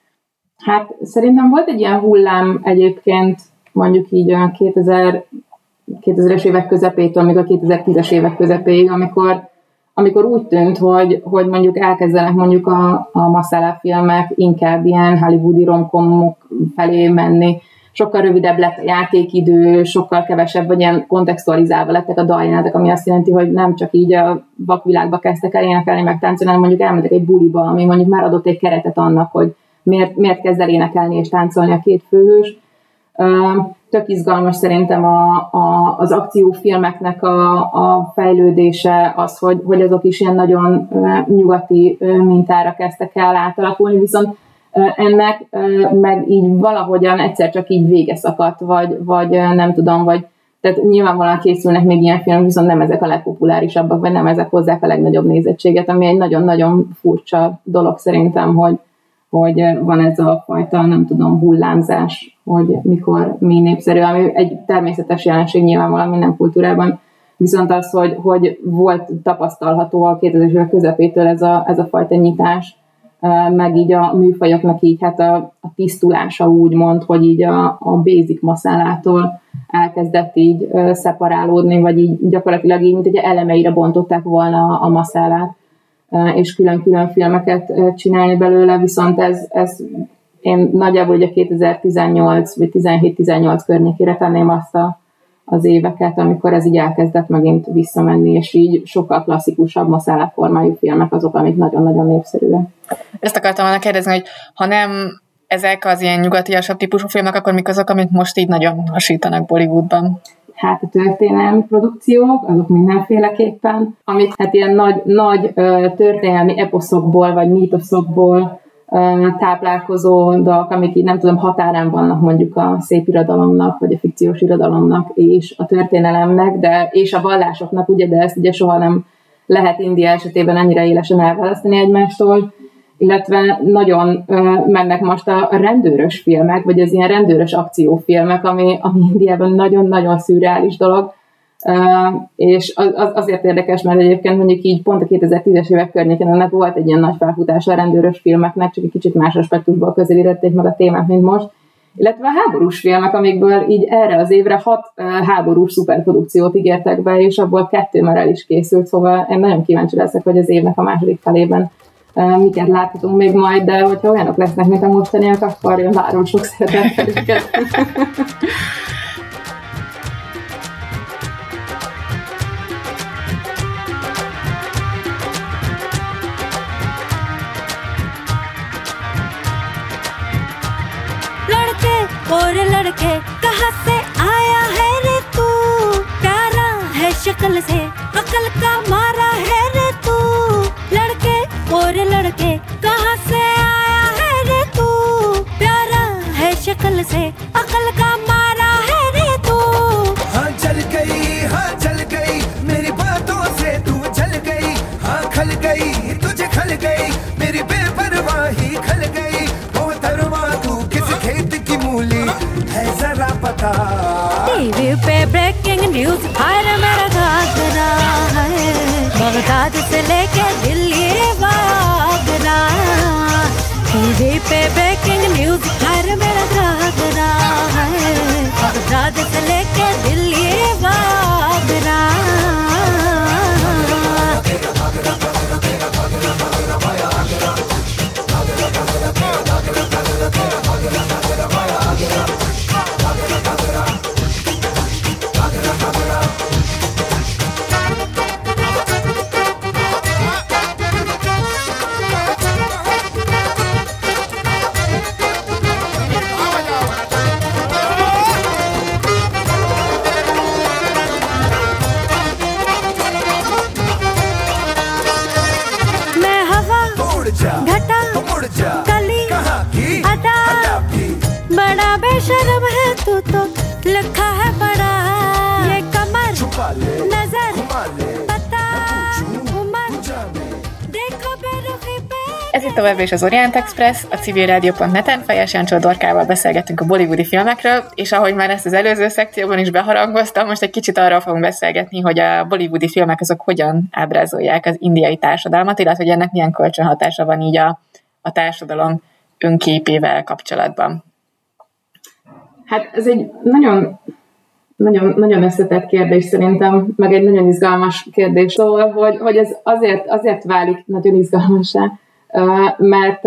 Hát szerintem volt egy ilyen hullám egyébként, mondjuk így a kétezer kétezres évek közepétől, még a kétezer-tízes évek közepéig, amikor, amikor úgy tűnt, hogy, hogy mondjuk elkezdenek mondjuk a, a masszála filmek inkább ilyen hollywoodi romkomok felé menni, sokkal rövidebb lett a játékidő, sokkal kevesebb, vagy ilyen kontextualizálva lettek a daljáték, ami azt jelenti, hogy nem csak így a vakvilágba kezdtek el énekelni, meg táncolni, hanem mondjuk elmentek egy buliba, ami mondjuk már adott egy keretet annak, hogy miért, miért kezd el énekelni és táncolni a két főhős. Tök izgalmas szerintem a, a, az akciófilmeknek a, a fejlődése, az, hogy, hogy azok is ilyen nagyon nyugati mintára kezdtek el átalakulni, viszont ennek meg így valahogyan egyszer csak így vége szakadt, vagy, vagy nem tudom, vagy tehát nyilvánvalóan készülnek még ilyen filmek, viszont nem ezek a legpopulárisabbak, vagy nem ezek hozzák a legnagyobb nézettséget, ami egy nagyon-nagyon furcsa dolog szerintem, hogy hogy van ez a fajta, nem tudom, hullámzás, hogy mikor mi népszerű, ami egy természetes jelenség nyilvánvalóan minden kultúrában, viszont az, hogy, hogy volt tapasztalható a kétezres évek közepétől ez a, ez a fajta nyitás, meg így a műfajoknak így hát a, a tisztulása úgymond, hogy így a, a basic masszálától elkezdett így szeparálódni, vagy így gyakorlatilag így, mint hogy elemeire bontották volna a masszálát, és külön-külön filmeket csinálni belőle, viszont ez, ez én nagyjából ugye kétezer-tizennyolc vagy tizenhét-tizennyolc környékére tenném azt a, az éveket, amikor ez így elkezdett megint visszamenni, és így sokkal klasszikusabb masszálaformájú filmek azok, amik nagyon-nagyon népszerűek. Ezt akartam volna kérdezni, hogy ha nem ezek az ilyen nyugatiasabb típusú filmek, akkor mik azok, amik most így nagyon hasítanak Bollywoodban? Hát a történelmi produkciók, azok mindenféleképpen, amik hát ilyen nagy, nagy történelmi eposzokból, vagy mítoszokból táplálkozó dolgok, amik így nem tudom, határán vannak mondjuk a szép irodalomnak, vagy a fikciós irodalomnak, és a történelemnek, de és a vallásoknak, ugye, de ezt ugye soha nem lehet India esetében ennyire élesen elválasztani egymástól, illetve nagyon uh, mennek most a, a rendőrös filmek, vagy az ilyen rendőrös akciófilmek, ami, ami Indiában nagyon-nagyon szürreális dolog, uh, és az, az azért érdekes, mert egyébként mondjuk így pont a kétezer-tízes évek környéken ennek volt egy ilyen nagy felfutása a rendőrös filmeknek, csak egy kicsit más aspektusból közelítették meg a témát, mint most, illetve a háborús filmek, amikből így erre az évre hat uh, háborús szuperprodukciót ígértek be, és abból kettő már el is készült, szóval én nagyon kíváncsi leszek, hogy az évnek a második felében uh, miket láthatunk még majd, de hogyha olyanok lesznek, mint a mostaniak, akkor én várom sok szeretettel őket. और लड़के कहाँ से आया है रे तू प्यारा है शक्ल से अकल का मारा है रे तू लड़के और लड़के कहाँ से आया है रे तू प्यारा है शक्ल से अकल का मारा है रे तू हाँ जल गई हाँ जल गई मेरी बातों से तू जल गई हाँ खल गई तुझे खल गई मेरी बेपरवाही खल गई ओ तरवा तू किस खेत की मूली है जरा पता टीवी पे ब्रेकिंग न्यूज हर मेरा घाघरा है बगदाद से लेके दिल्ली आगरा टीवी पे ब्रेकिंग न्यूज हर मेरा घाघरा है बगदाद से लेके दिल्ली आगरा शर्म है तू तो लिखा है बड़ा ये कमर नजर पता उमर देखो बेरुखी पे Ez itt továbbra is az Orient Express, a civil rádió pont net-en Fejes Jancsó Dorkával beszélgetünk a bollywoodi filmekről, és ahogy már ezt az előző szekcióban is beharangoztam, most egy kicsit arról fogunk beszélgetni, hogy a bollywoodi filmek azok hogyan ábrázolják az indiai társadalmat, illetve hogy ennek milyen kölcsönhatása van így a, a társadalom önképével kapcsolatban. Hát ez egy nagyon, nagyon, nagyon összetett kérdés szerintem, meg egy nagyon izgalmas kérdés. Szóval, hogy, hogy ez azért, azért válik nagyon izgalmassá, mert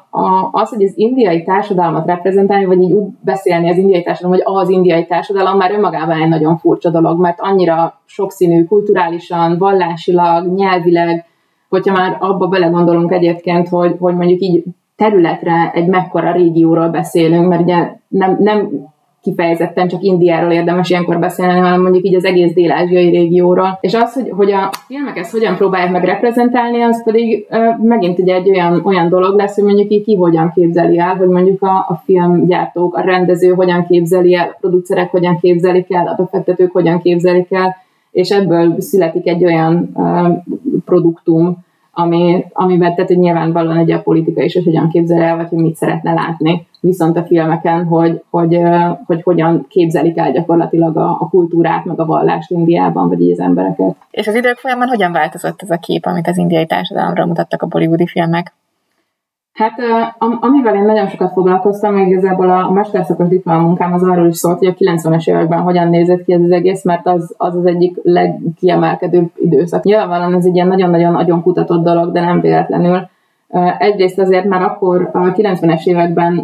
az, hogy az indiai társadalmat reprezentálni, vagy így úgy beszélni az indiai társadalom, hogy az indiai társadalom már önmagában egy nagyon furcsa dolog, mert annyira sokszínű kulturálisan, vallásilag, nyelvileg, hogyha már abba belegondolunk egyébként, hogy, hogy mondjuk így területre egy mekkora régióról beszélünk, mert ugye nem, nem kifejezetten csak Indiáról érdemes ilyenkor beszélni, hanem mondjuk így az egész dél-ázsiai régióról. És az, hogy, hogy a filmek ezt hogyan próbálják meg reprezentálni, az pedig uh, megint ugye egy olyan, olyan dolog lesz, hogy mondjuk így ki hogyan képzeli el, hogy mondjuk a, a filmgyártók, a rendező hogyan képzeli el, a producerek hogyan képzelik el, a befektetők hogyan képzelik el, és ebből születik egy olyan uh, produktum, ami, amiben tehát nyilvánvalóan egy a politika is, hogy hogyan képzel el, vagy hogy mit szeretne látni. Viszont a filmeken, hogy, hogy, hogy hogyan képzelik el gyakorlatilag a, a kultúrát, meg a vallást Indiában, vagy így az embereket. És az idők folyamán hogyan változott ez a kép, amit az indiai társadalomról mutattak a bollywoodi filmek? Hát amivel én nagyon sokat foglalkoztam, még igazából a mesterszakos diplomamunkám az arról is szólt, hogy a kilencvenes években hogyan nézett ki ez az egész, mert az az, az egyik legkiemelkedőbb időszak. Nyilvánvalóan ez egy ilyen nagyon-nagyon agyon kutatott dolog, de nem véletlenül. Egyrészt azért már akkor a kilencvenes években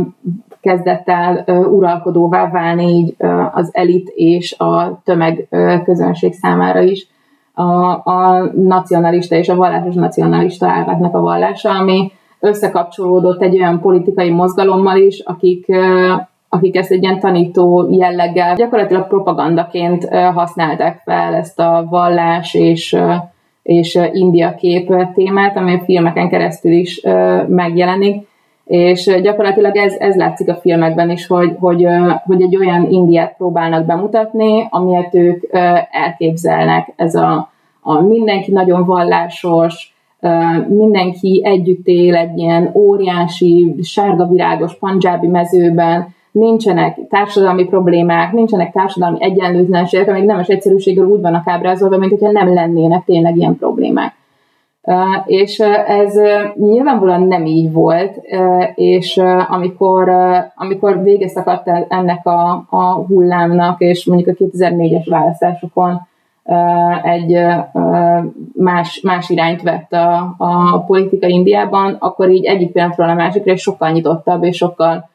kezdett el uralkodóvá válni így az elit és a tömegközönség számára is a, a nacionalista és a vallásos nacionalista elveknek a vallása, ami összekapcsolódott egy olyan politikai mozgalommal is, akik, akik ezt egy ilyen tanító jelleggel gyakorlatilag propagandaként használták fel ezt a vallás és, és India kép témát, ami a filmeken keresztül is megjelenik, és gyakorlatilag ez, ez látszik a filmekben is, hogy, hogy, hogy egy olyan Indiát próbálnak bemutatni, amilyet ők elképzelnek. Ez a, a mindenki nagyon vallásos, mindenki együtt él egy ilyen óriási, sárgavirágos pandzsábi mezőben, nincsenek társadalmi problémák, nincsenek társadalmi egyenlőtlenségek, amik nemes egyszerűséggel úgy vannak ábrázolva, mint hogyha nem lennének tényleg ilyen problémák. És ez nyilvánvalóan nem így volt, és amikor, amikor vége szakadt ennek a, a hullámnak, és mondjuk a kétezer-négyes választásokon egy más, más irányt vett a, a politika Indiában, akkor így egyik pillanatról a másikra egy sokkal nyitottabb és sokkal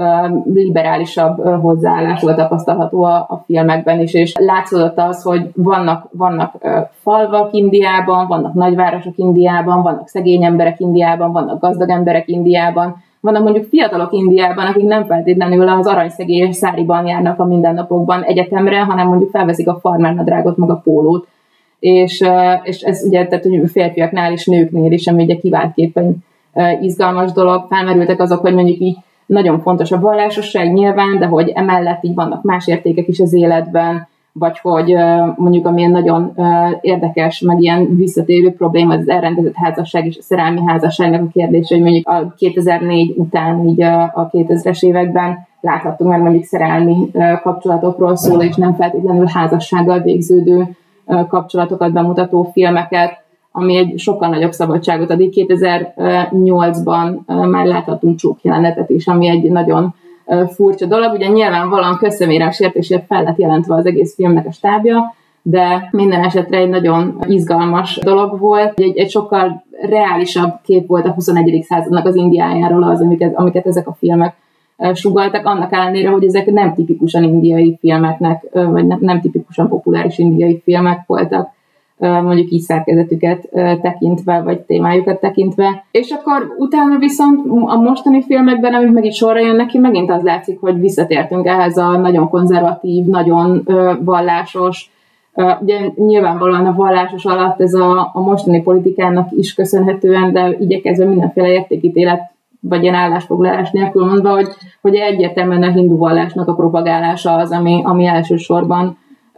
liberálisabb hozzáállás volt tapasztalható a, a filmekben is, és látszódott az, hogy vannak, vannak falvak Indiában, vannak nagyvárosok Indiában, vannak szegény emberek Indiában, vannak gazdag emberek Indiában, vannak mondjuk fiatalok Indiában, akik nem feltétlenül az aranyszegélyes száriban járnak a mindennapokban egyetemre, hanem mondjuk felveszik a farmernadrágot, meg a pólót. És, és ez ugye tehát, hogy férfiaknál és nőknél is, ami ugye kiváltképpen izgalmas dolog, felmerültek azok, hogy mondjuk így nagyon fontos a vallásosság nyilván, de hogy emellett így vannak más értékek is az életben, vagy hogy mondjuk amilyen nagyon érdekes, meg ilyen visszatérő probléma az elrendezett házasság és a szerelmi házasságnak a kérdése, hogy mondjuk a kétezer-négy után, így a kétezres években láthattunk már mondjuk szerelmi kapcsolatokról szóló, és nem feltétlenül házassággal végződő kapcsolatokat bemutató filmeket, ami egy sokkal nagyobb szabadságot ad. kétezer-nyolcban már láthatunk csókjelenetet is, ami egy nagyon furcsa dolog. Ugye nyilvánvalóan közszemérem sértésért fel lett jelentve az egész filmnek a stábja, de minden esetre egy nagyon izgalmas dolog volt. Egy, egy sokkal reálisabb kép volt a huszonegyedik századnak az Indiájáról az, amiket, amiket ezek a filmek sugalltak, annak ellenére, hogy ezek nem tipikusan indiai filmeknek, vagy nem, nem tipikusan populáris indiai filmek voltak, mondjuk így szerkezetüket tekintve, vagy témájukat tekintve. És akkor utána viszont a mostani filmekben, amik meg itt sorra jönnek ki, megint az látszik, hogy visszatértünk ehhez a nagyon konzervatív, nagyon vallásos, ugye nyilvánvalóan a vallásos alatt ez a, a mostani politikának is köszönhetően, de igyekezve mindenféle értékítélet vagy ilyen állásfoglalás nélkül mondva, hogy, hogy egyértelműen a hindu vallásnak a propagálása az, ami, ami elsősorban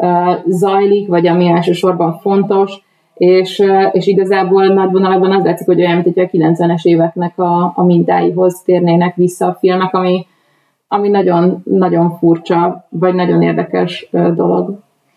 zajlik, vagy ami elsősorban fontos, és, és igazából nagy vonalakban az látszik, hogy olyan, mint hogy a kilencvenes éveknek a, a mintáihoz térnének vissza a filmek, ami, ami nagyon, nagyon furcsa, vagy nagyon érdekes dolog.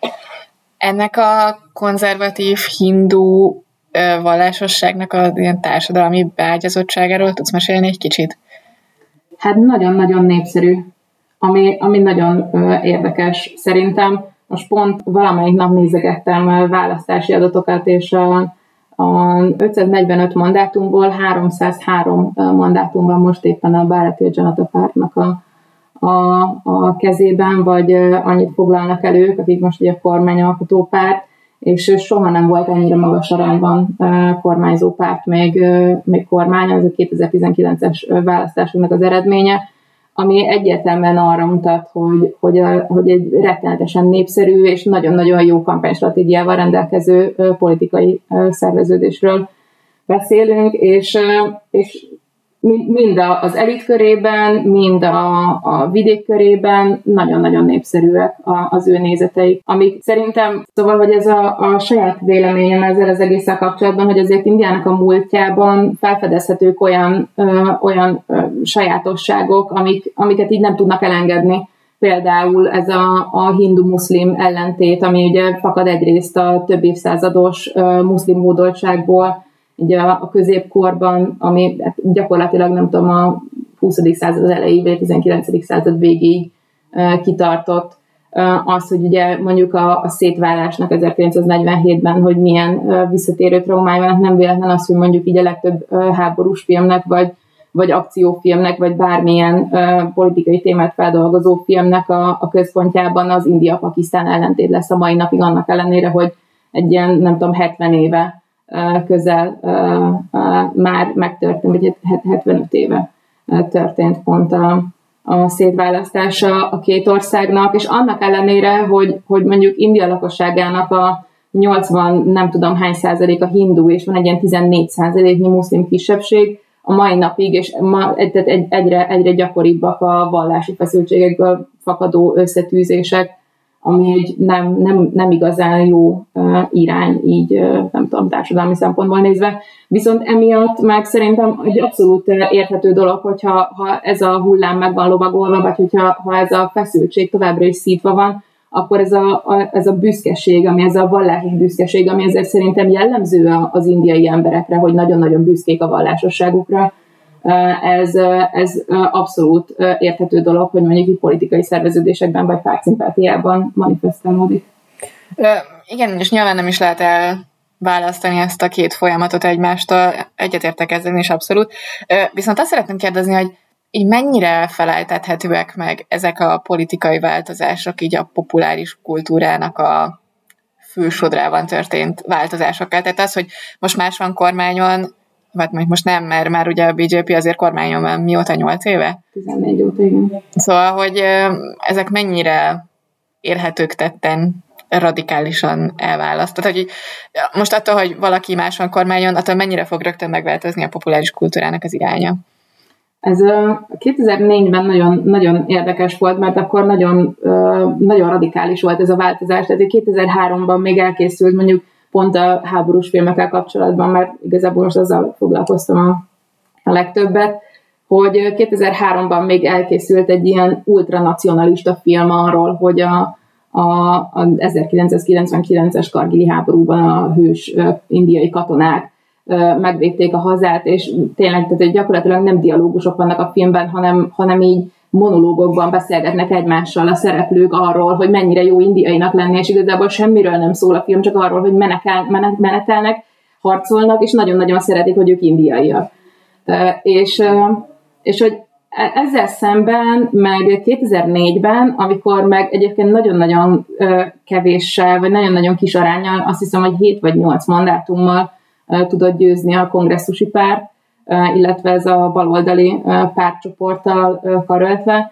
Ennek a konzervatív hindu vallásosságnak a ilyen társadalmi beágyazottságáról tudsz mesélni egy kicsit? Hát nagyon-nagyon népszerű, ami, ami nagyon érdekes szerintem. Most pont valamelyik nap nézegettem választási adatokat, és a, a ötszáznegyvenöt mandátumból háromszázhárom mandátum van most éppen a Bharatiya Janata Pártnak a, a, a kezében, vagy annyit foglalnak el ők, akik most ugye a kormányalkotó párt, és soha nem volt ennyire magas arányban kormányzó párt még, még kormány, az a kétezer-tizenkilences választásoknak az eredménye, ami egyértelműen arra mutat, hogy, hogy, a, hogy egy rettenetesen népszerű és nagyon-nagyon jó kampánystratégiával rendelkező politikai szerveződésről beszélünk, és, és mind az elit körében, mind a, a vidék körében nagyon-nagyon népszerűek az ő nézeteik, amik szerintem, szóval, hogy ez a, a saját véleményem ezzel az egésszel kapcsolatban, hogy azért Indiának a múltjában felfedezhetők olyan, ö, olyan ö, sajátosságok, amik, amiket így nem tudnak elengedni. Például ez a, a hindu-muszlim ellentét, ami ugye fakad egyrészt a több évszázados ö, muszlim hódoltságból, ugye a középkorban, ami gyakorlatilag nem tudom, a huszadik század elejéig, vagy a tizenkilencedik század végéig kitartott, az, hogy ugye mondjuk a, a szétválásnak ezerkilencszáznegyvenhétben, hogy milyen visszatérő traumája van, nem véletlen az, hogy mondjuk így a legtöbb háborús filmnek, vagy, vagy akciófilmnek, vagy bármilyen politikai témát feldolgozó filmnek a, a központjában az India-Pakisztán ellentét lesz a mai napig, annak ellenére, hogy egy ilyen, nem tudom, hetven éve közel már megtörtént, vagy hetvenöt éve történt pont a, a szétválasztása a két országnak, és annak ellenére, hogy, hogy mondjuk India lakosságának a nyolcvan nem tudom hány százalék a hindu, és van egy ilyen tizennégy százaléknyi muszlim kisebbség, a mai napig, és ma egy, egy, egyre, egyre gyakoribbak a vallási feszültségekből fakadó összetűzések, ami egy nem, nem, nem igazán jó uh, irány, így uh, nem tudom, társadalmi szempontból nézve. Viszont emiatt meg szerintem egy abszolút érthető dolog, hogyha ha ez a hullám meg van lovagolva, vagy hogyha ha ez a feszültség továbbra is szítva van, akkor ez a, a, ez a büszkeség, ami ez a vallásos büszkeség, ami ezért szerintem jellemző az indiai emberekre, hogy nagyon-nagyon büszkék a vallásosságukra, ez, ez abszolút érthető dolog, hogy mondjuk itt politikai szerveződésekben vagy pártszimpátiában manifestálódik. Igen, és nyilván nem is lehet elválasztani ezt a két folyamatot egymástól, egyetértek ezzel is abszolút. Viszont azt szeretném kérdezni, hogy így mennyire feleltethetőek meg ezek a politikai változások így a populáris kultúrának a fősodrában történt vált-változásokkal. Tehát az, hogy most más van kormányon, vagy most nem, mert már ugye a bé jé pé azért kormányon van mióta, nyolc éve? tizennégy óta, igen. Szóval, hogy ezek mennyire érhetők tetten radikálisan elválasztott. Hogy most attól, hogy valaki más van kormányon, attól mennyire fog rögtön megváltozni a populáris kultúrának az iránya? Ez a kétezer-négyben nagyon, nagyon érdekes volt, mert akkor nagyon, nagyon radikális volt ez a változás. Tehát kétezer-háromban még elkészült mondjuk pont a háborús filmekkel kapcsolatban, mert igazából most azzal foglalkoztam a, a legtöbbet, hogy kétezer-háromban még elkészült egy ilyen ultranacionalista film arról, hogy a, a, a ezerkilencszázkilencvenkilences kargili háborúban a hős indiai katonák megvédték a hazát, és tényleg tehát gyakorlatilag nem dialógusok vannak a filmben, hanem, hanem így monológokban beszélgetnek egymással a szereplők arról, hogy mennyire jó indiainak lenni, és igazából semmiről nem szól a film, csak arról, hogy menekel, menetelnek, harcolnak, és nagyon-nagyon szeretik, hogy ők indiaiak. És, és hogy ezzel szemben, meg kétezer-négyben, amikor meg egyébként nagyon-nagyon kevéssel, vagy nagyon-nagyon kis aránnyal, azt hiszem, hogy hét vagy nyolc mandátummal tudott győzni a kongresszusi párt, illetve ez a baloldali pártcsoporttal karöltve,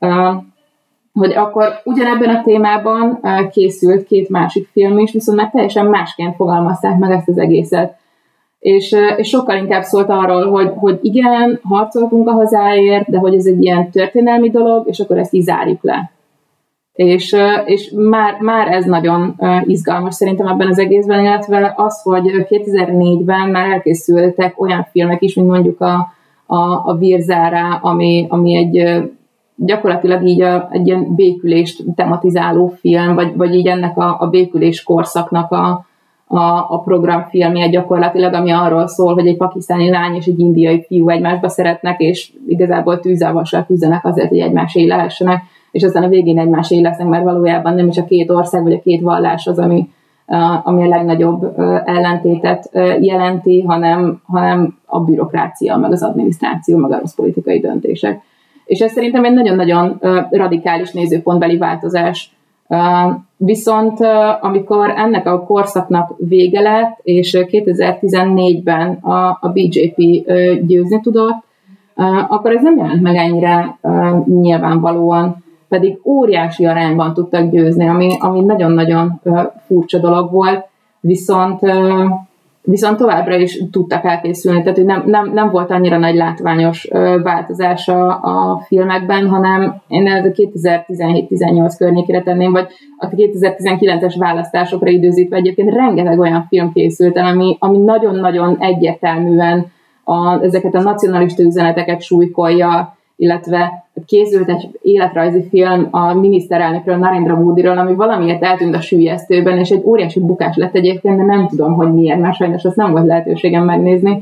hogy akkor ugyanebben a témában készült két másik film is, viszont már teljesen másként fogalmazták meg ezt az egészet. És, és sokkal inkább szólt arról, hogy, hogy igen, harcoltunk a hazáért, de hogy ez egy ilyen történelmi dolog, és akkor ezt így zárjuk le. És, és már, már ez nagyon izgalmas szerintem ebben az egészben, illetve az, hogy kétezer-négyben már elkészültek olyan filmek is, mint mondjuk a, a, a Virzára, ami, ami egy gyakorlatilag így a, egy ilyen békülést tematizáló film, vagy, vagy így ennek a, a békülés korszaknak a, a, a programfilmje gyakorlatilag, ami arról szól, hogy egy pakisztáni lány és egy indiai fiú egymásba szeretnek, és igazából tűzzel küzdenek azért, hogy egymás élehessenek, és aztán a végén egymásé lesznek, mert valójában nem is a két ország, vagy a két vallás az, ami, ami a legnagyobb ellentétet jelenti, hanem, hanem a bürokrácia, meg az adminisztráció, meg a rossz politikai döntések. És ez szerintem egy nagyon-nagyon radikális nézőpontbeli változás. Viszont amikor ennek a korszaknak vége lett, és kétezer-tizennégyben a, a bé jé pé győzni tudott, akkor ez nem jelent meg ennyire nyilvánvalóan, pedig óriási arányban tudtak győzni, ami, ami nagyon-nagyon furcsa dolog volt, viszont, viszont továbbra is tudtak elkészülni, tehát nem, nem, nem volt annyira nagy látványos változása a filmekben, hanem én a kétezer-tizenhét-tizennyolc környékére tenném, vagy a kétezer-tizenkilences választásokra időzítve egyébként rengeteg olyan film készült el, ami, ami nagyon-nagyon egyértelműen a, ezeket a nacionalista üzeneteket súlykolja, illetve készült egy életrajzi film a miniszterelnökről, Narendra Modiról, ami valamiért eltűnt a süllyesztőben, és egy óriási bukás lett egyébként, de nem tudom, hogy miért, mert sajnos azt nem volt lehetőségem megnézni.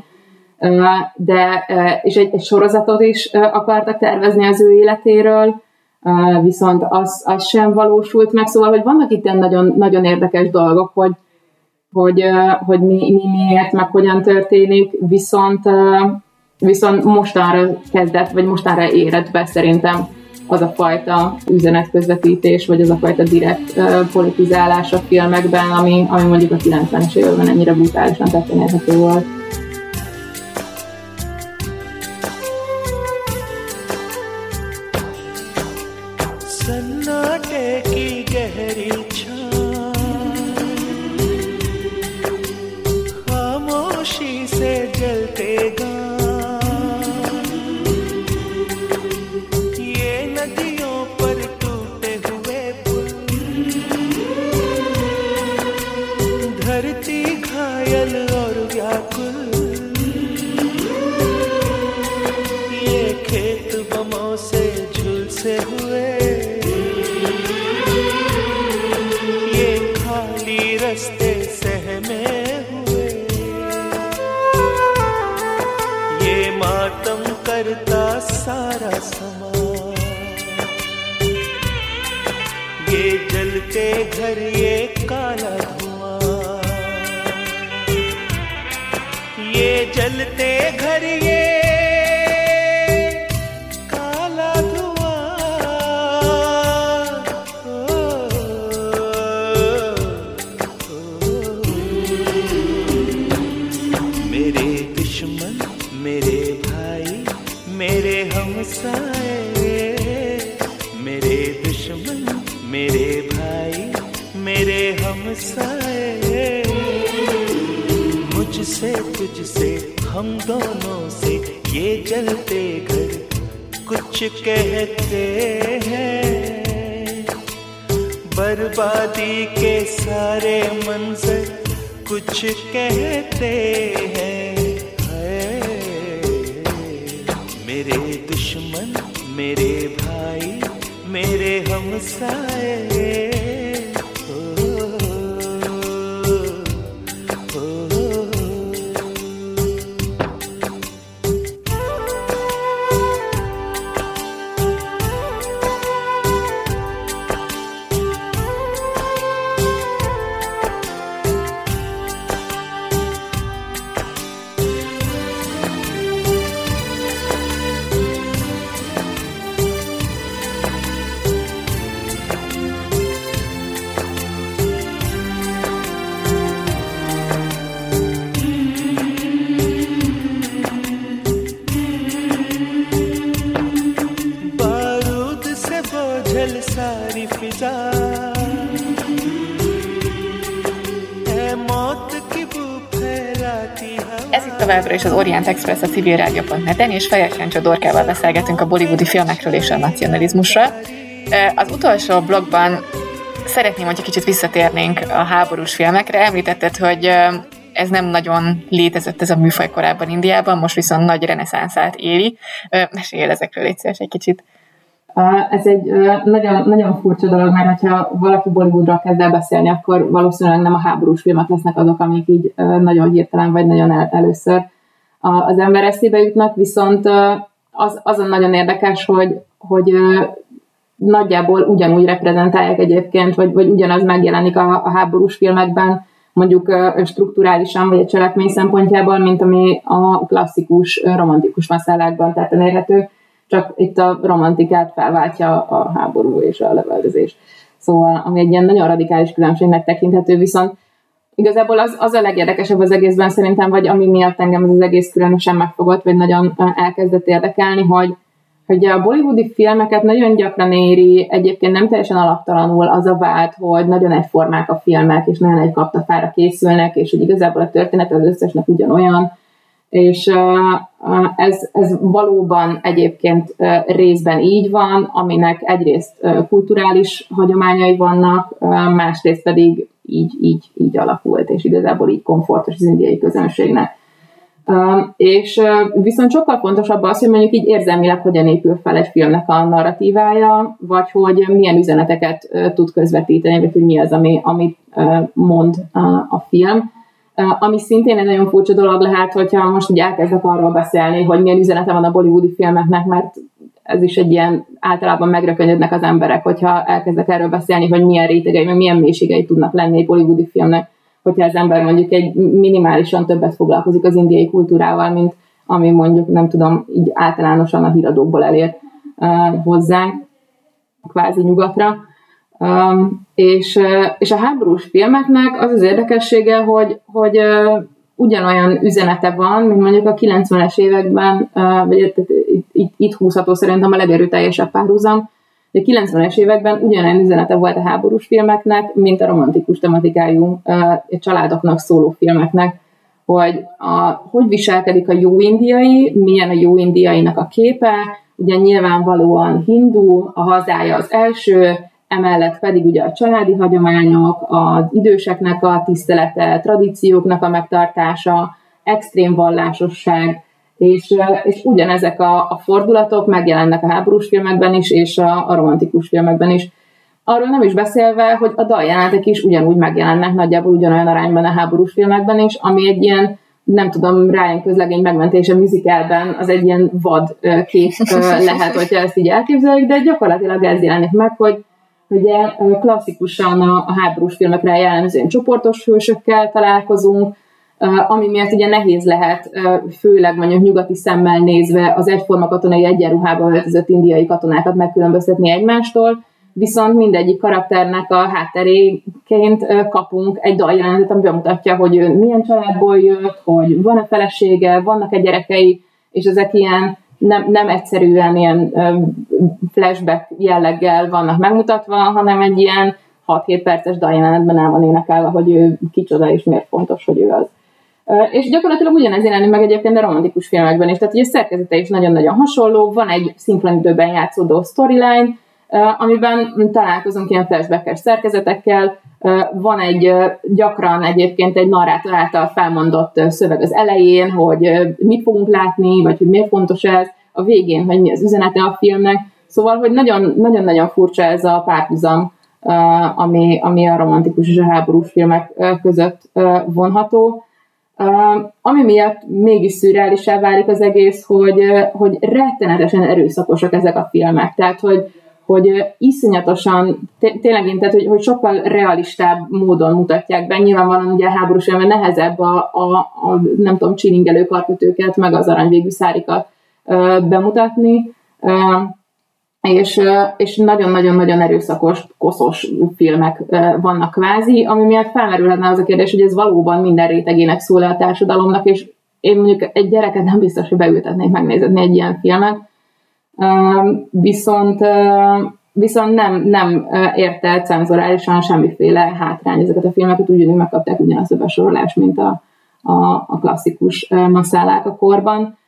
De, és egy, egy sorozatot is akartak tervezni az ő életéről, viszont az, az sem valósult meg, szóval, hogy vannak itt nagyon, nagyon érdekes dolgok, hogy, hogy, hogy mi, mi miért, meg hogyan történik, viszont Viszont mostanra kezdett, vagy mostanra érett be szerintem az a fajta üzenetközvetítés, vagy az a fajta direkt uh, politizálás a filmekben, ami, ami mondjuk a kilencvenes években ennyire brutálisan tetten érhető volt. करता सारा समा, ये जलते घर ये काला धुआं, ये जलते घर ये काला धुआं। ओ, ओ, मेरे दुश्मन मेरे भाई मेरे हमसाए, मेरे दुश्मन मेरे भाई मेरे हमसाए, मुझसे तुझसे हम दोनों से ये जलते घर कुछ कहते हैं, बर्बादी के सारे मंजर कुछ कहते हैं। मेरे दुश्मन मेरे भाई मेरे हमसाए, ओ, ओ, ओ, सारी फिजा है मौत की बू फैलाती है। Ez itt továbbra is az Orient Express a civil rádió pont net-en, és Fejes Jancsó Dorkával beszélgetünk a bollywoodi filmekről és a nacionalizmusról. Az utolsó blogban szeretném, hogyha kicsit visszatérnénk a háborús filmekre. Említetted, hogy ez nem nagyon létezett ez a műfaj korábban Indiában, most viszont nagy reneszánszát éli. Meséljél ezekről, légy szíves egy kicsit. Ez egy nagyon, nagyon furcsa dolog, mert ha valaki Bollywoodról kezd el beszélni, akkor valószínűleg nem a háborús filmek lesznek azok, amik így nagyon hirtelen, vagy nagyon el, először az ember eszébe jutnak, viszont az, azon nagyon érdekes, hogy, hogy nagyjából ugyanúgy reprezentálják egyébként, vagy, vagy ugyanaz megjelenik a, a háborús filmekben, mondjuk strukturálisan, vagy a cselekmény szempontjából, mint ami a klasszikus romantikus maszálákban tetten érhető, csak itt a romantikát felváltja a háború és a lövöldözés. Szóval, ami egy ilyen nagyon radikális különbségnek tekinthető, viszont igazából az, az a legérdekesebb az egészben szerintem, vagy ami miatt engem ez az egész különösen megfogott, vagy nagyon elkezdett érdekelni, hogy, hogy a bollywoodi filmeket nagyon gyakran éri, egyébként nem teljesen alaptalanul az a vád, hogy nagyon egyformák a filmek, és nagyon egy kaptafára készülnek, és hogy igazából a történet az összesnek ugyanolyan, és ez, ez valóban egyébként részben így van, aminek egyrészt kulturális hagyományai vannak, másrészt pedig így, így, így alakult, és igazából így komfortos az indiai közönségnek. És viszont sokkal fontosabb az, hogy mondjuk így érzelmileg hogyan épül fel egy filmnek a narratívája, vagy hogy milyen üzeneteket tud közvetíteni, vagy hogy mi az, ami, amit mond a film. Ami szintén egy nagyon furcsa dolog lehet, hogyha most így elkezdek arról beszélni, hogy milyen üzenete van a bollywoodi filmeknek, mert ez is egy ilyen, általában megrökönyödnek az emberek, hogyha elkezdek erről beszélni, hogy milyen rétegei, meg milyen mélységei tudnak lenni egy bollywoodi filmnek, hogyha az ember mondjuk egy minimálisan többet foglalkozik az indiai kultúrával, mint ami mondjuk, nem tudom, így általánosan a híradókból elér uh, hozzánk, kvázi nyugatra. Um, és, uh, és a háborús filmeknek az az érdekessége, hogy, hogy uh, ugyanolyan üzenete van, mint mondjuk a kilencvenes években, uh, vagy itt, itt, itt húzható szerintem a legerőteljesebb párhuzam, de a kilencvenes években ugyanolyan üzenete volt a háborús filmeknek, mint a romantikus tematikájú uh, családoknak szóló filmeknek, hogy a, hogy viselkedik a jó indiai, milyen a jó indiainak a képe, ugye nyilvánvalóan hindu, a hazája az első, emellett pedig ugye a családi hagyományok, az időseknek a tisztelete, tradícióknak a megtartása, extrém vallásosság, és, és ugyanezek a, a fordulatok megjelennek a háborús filmekben is, és a, a romantikus filmekben is. Arról nem is beszélve, hogy a daljelenetek is ugyanúgy megjelennek nagyjából ugyanolyan arányban a háborús filmekben is, ami egy ilyen nem tudom, Ryan közlegény megmentése musicalben az egy ilyen vad kép lehet, hogyha ezt így elképzeljük, de gyakorlatilag ez jelenik meg, hogy ugye klasszikusan a, a háborús filmekre jellemzően csoportos hősökkel találkozunk, ami miatt ugye nehéz lehet, főleg mondjuk nyugati szemmel nézve az egyforma katonai egyenruhába öltözött indiai katonákat megkülönböztetni egymástól, viszont mindegyik karakternek a hátteréként kapunk egy daljelenetet, ami bemutatja, hogy ő milyen családból jött, hogy van-e felesége, vannak-e gyerekei, és ezek ilyen nem, nem egyszerűen ilyen flashback jelleggel vannak megmutatva, hanem egy ilyen hat-hét perces daljelenetben el van énekelve, hogy ő kicsoda és miért fontos, hogy ő az. És gyakorlatilag ugyanez jelenik meg egyébként a romantikus filmekben is, tehát ugye a szerkezete is nagyon-nagyon hasonló, van egy szinkronidőben játszódó storyline, amiben találkozunk ilyen flashback-es szerkezetekkel, van egy gyakran egyébként egy narrátor által felmondott szöveg az elején, hogy mit fogunk látni, vagy hogy miért fontos ez, a végén, hogy mi az üzenete a filmnek, szóval, hogy nagyon, nagyon-nagyon furcsa ez a párhuzam, ami, ami a romantikus és a háborús filmek között vonható. Ami miatt mégis szürreálisá válik az egész, hogy, hogy rettenetesen erőszakosak ezek a filmek, tehát, hogy hogy iszonyatosan, tényleg én, tehát, hogy, hogy sokkal realistább módon mutatják be. Nyilvánvalóan ugye a háborús filmben nehezebb a, a, a, nem tudom, csilingelő karkötőket, meg az aranyvégű szárikat uh, bemutatni, uh, és, uh, és nagyon-nagyon-nagyon erőszakos, koszos filmek uh, vannak kvázi, ami miatt felmerülhetne az a kérdés, hogy ez valóban minden rétegének szól a társadalomnak, és én mondjuk egy gyereket nem biztos, hogy beültetnék megnézni egy ilyen filmet, Uh, viszont, uh, viszont nem, nem uh, érte cenzorálisan semmiféle hátrány ezeket a filmeket, ugyanúgy megkapták ugyanazt a besorolást, mint a, a, a klasszikus uh, masszálák a korban.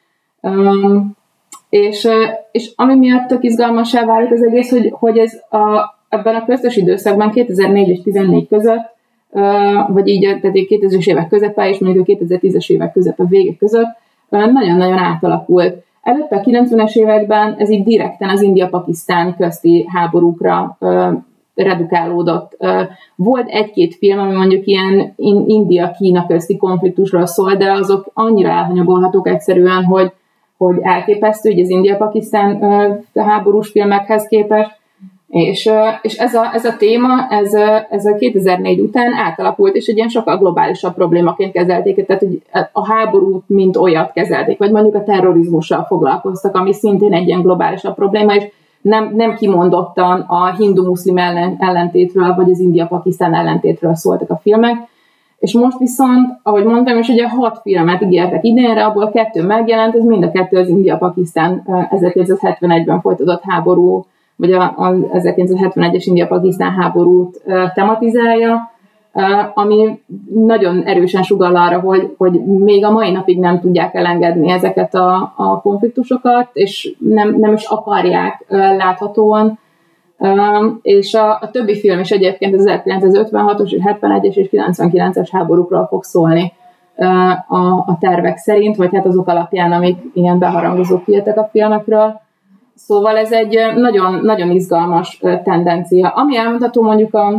Um, és, uh, és ami miatt tök izgalmassá válik az egész, hogy, hogy ez a, ebben a köztes időszakban kétezer-négy és tizennégy között, uh, vagy így tehát kétezres évek közepe, és mondjuk a kétezer-tízes évek közepe vége között uh, nagyon-nagyon átalakult. Előtte a kilencvenes években ez így direkten az India-Pakisztán közti háborúkra ö, redukálódott. Ö, volt egy-két film, ami mondjuk ilyen India-Kína közti konfliktusról szól, de azok annyira elhanyagolhatók egyszerűen, hogy, hogy elképesztő, hogy az India-Pakisztán ö, háborús filmekhez képest. És, ö, és ez, a, ez a téma, ez, ez a kétezer-négy után átalakult, és egy ilyen sokkal globálisabb problémaként kezelték, tehát hogy a háborút mint olyat kezelték, vagy mondjuk a terrorizmussal foglalkoztak, ami szintén egy ilyen globálisabb probléma, és nem, nem kimondottan a hindu-muszlim ellen, ellentétről, vagy az India-Pakisztán ellentétről szóltak a filmek. És most viszont, ahogy mondtam, és ugye hat filmet ígértek idénre, abból kettő megjelent, ez mind a kettő az India-Pakisztán ezerkilencszázhetvenegyben folytatott háború, vagy az ezerkilencszázhetvenegyes India-Pakisztán háborút uh, tematizálja, uh, ami nagyon erősen sugall arra, hogy, hogy még a mai napig nem tudják elengedni ezeket a, a konfliktusokat, és nem, nem is akarják uh, láthatóan. Uh, és a, a többi film is egyébként az ezerkilencszázötvenhatos, hetvenegyes és kilencvenkilences háborúkról fog szólni uh, a, a tervek szerint, vagy hát azok alapján, amik ilyen beharangozók kijöttek a filmekről. Szóval ez egy nagyon, nagyon izgalmas tendencia. Ami elmondható mondjuk a,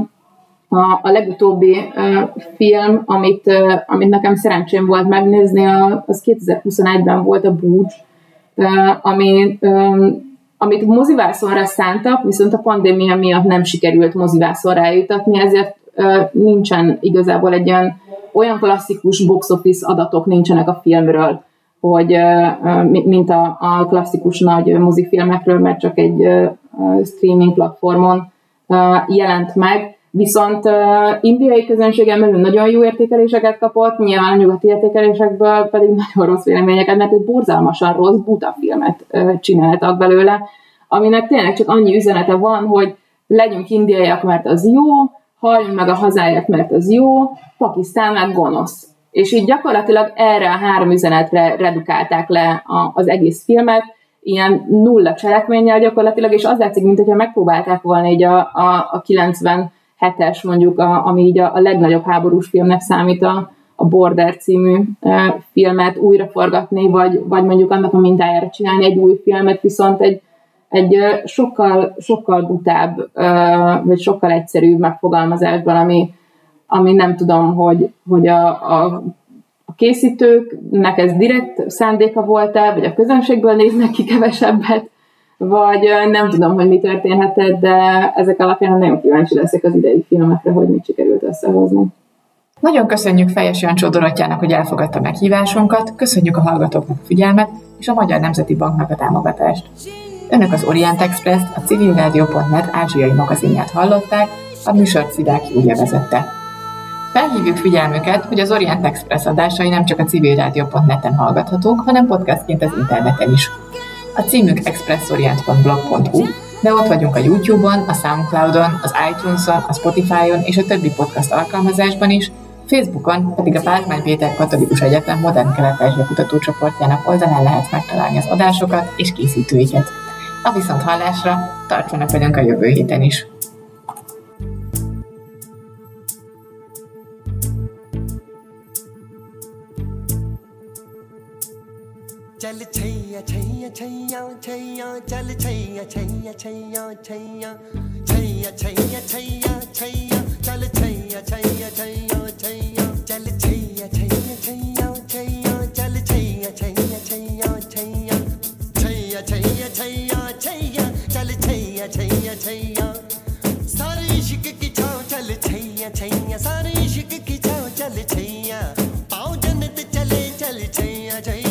a, a legutóbbi uh, film, amit, uh, amit nekem szerencsém volt megnézni, a, az kétezer-huszonegyben volt a Búcs, uh, ami, um, amit mozivászonra szántak, viszont a pandémia miatt nem sikerült mozivászonra eljutatni, ezért uh, nincsen igazából egy olyan, olyan klasszikus box office adatok nincsenek a filmről, hogy mint a, a klasszikus nagy mozifilmekről, mert csak egy streaming platformon jelent meg. Viszont indiai közönségen belül nagyon jó értékeléseket kapott, nyilván a nyugati értékelésekből pedig nagyon rossz véleményeket, mert egy borzalmasan rossz buta filmet csináltak belőle, aminek tényleg csak annyi üzenete van, hogy legyünk indiaiak, mert az jó, halljunk meg a hazáját, mert az jó, Pakisztán meg gonosz. És így gyakorlatilag erre a három üzenetre redukálták le a, az egész filmet, ilyen nulla cselekménnyel gyakorlatilag, és az látszik, mintha megpróbálták volna így a, a, a kilencvenhetes, mondjuk, a, ami így a, a legnagyobb háborús filmnek számít, a, a Border című e, filmet újraforgatni, vagy, vagy mondjuk annak a mintájára csinálni egy új filmet, viszont egy, egy sokkal, sokkal butább, e, vagy sokkal egyszerűbb megfogalmazásban, ami ami nem tudom, hogy, hogy a, a, a készítőknek ez direkt szándéka volt-e, vagy a közönségből néznek ki kevesebbet, vagy nem tudom, hogy mi történhetett, de ezek alapján nagyon kíváncsi leszek az idei filmekre, hogy mit sikerült összehozni. Nagyon köszönjük Fejes Jancsó Dorottyának, hogy elfogadta meghívásunkat, köszönjük a hallgatóknak a figyelmet, és a Magyar Nemzeti Banknak a támogatást. Önök az Orient Express-t, a civilrádió pont net ázsiai magazinját hallották, a műsort Szilágyi Júlia vezette. Felhívjuk figyelmüket, hogy az Orient Express adásai nem csak a civilrádió pont net-en hallgathatók, hanem podcastként az interneten is. A címük expressorient pont blog pont hu, de ott vagyunk a YouTube-on, a SoundCloud-on, az iTunes-on, a Spotify-on és a többi podcast alkalmazásban is, Facebookon pedig a Pázmány Péter Katolikus Egyetem Modern Kelet-Ázsia kutatócsoportjának oldalán lehet megtalálni az adásokat és készítőiket. A viszonthallásra tartsanak velünk a jövő héten is! चल छैया छैया छैया छैया चल छैया छैया छैया छैया छैया छैया छैया छैया चल छैया छैया छैया छैया चल छैया छैया छैया छैया चल छैया छैया छैया छैया छैया छैया छैया छैया चल छैया छैया छैया सारे इश्क की छाँव चल छैया छैया सारे इश्क की छाँव चल छैया पाँव जन्नत चले चल छैया छैया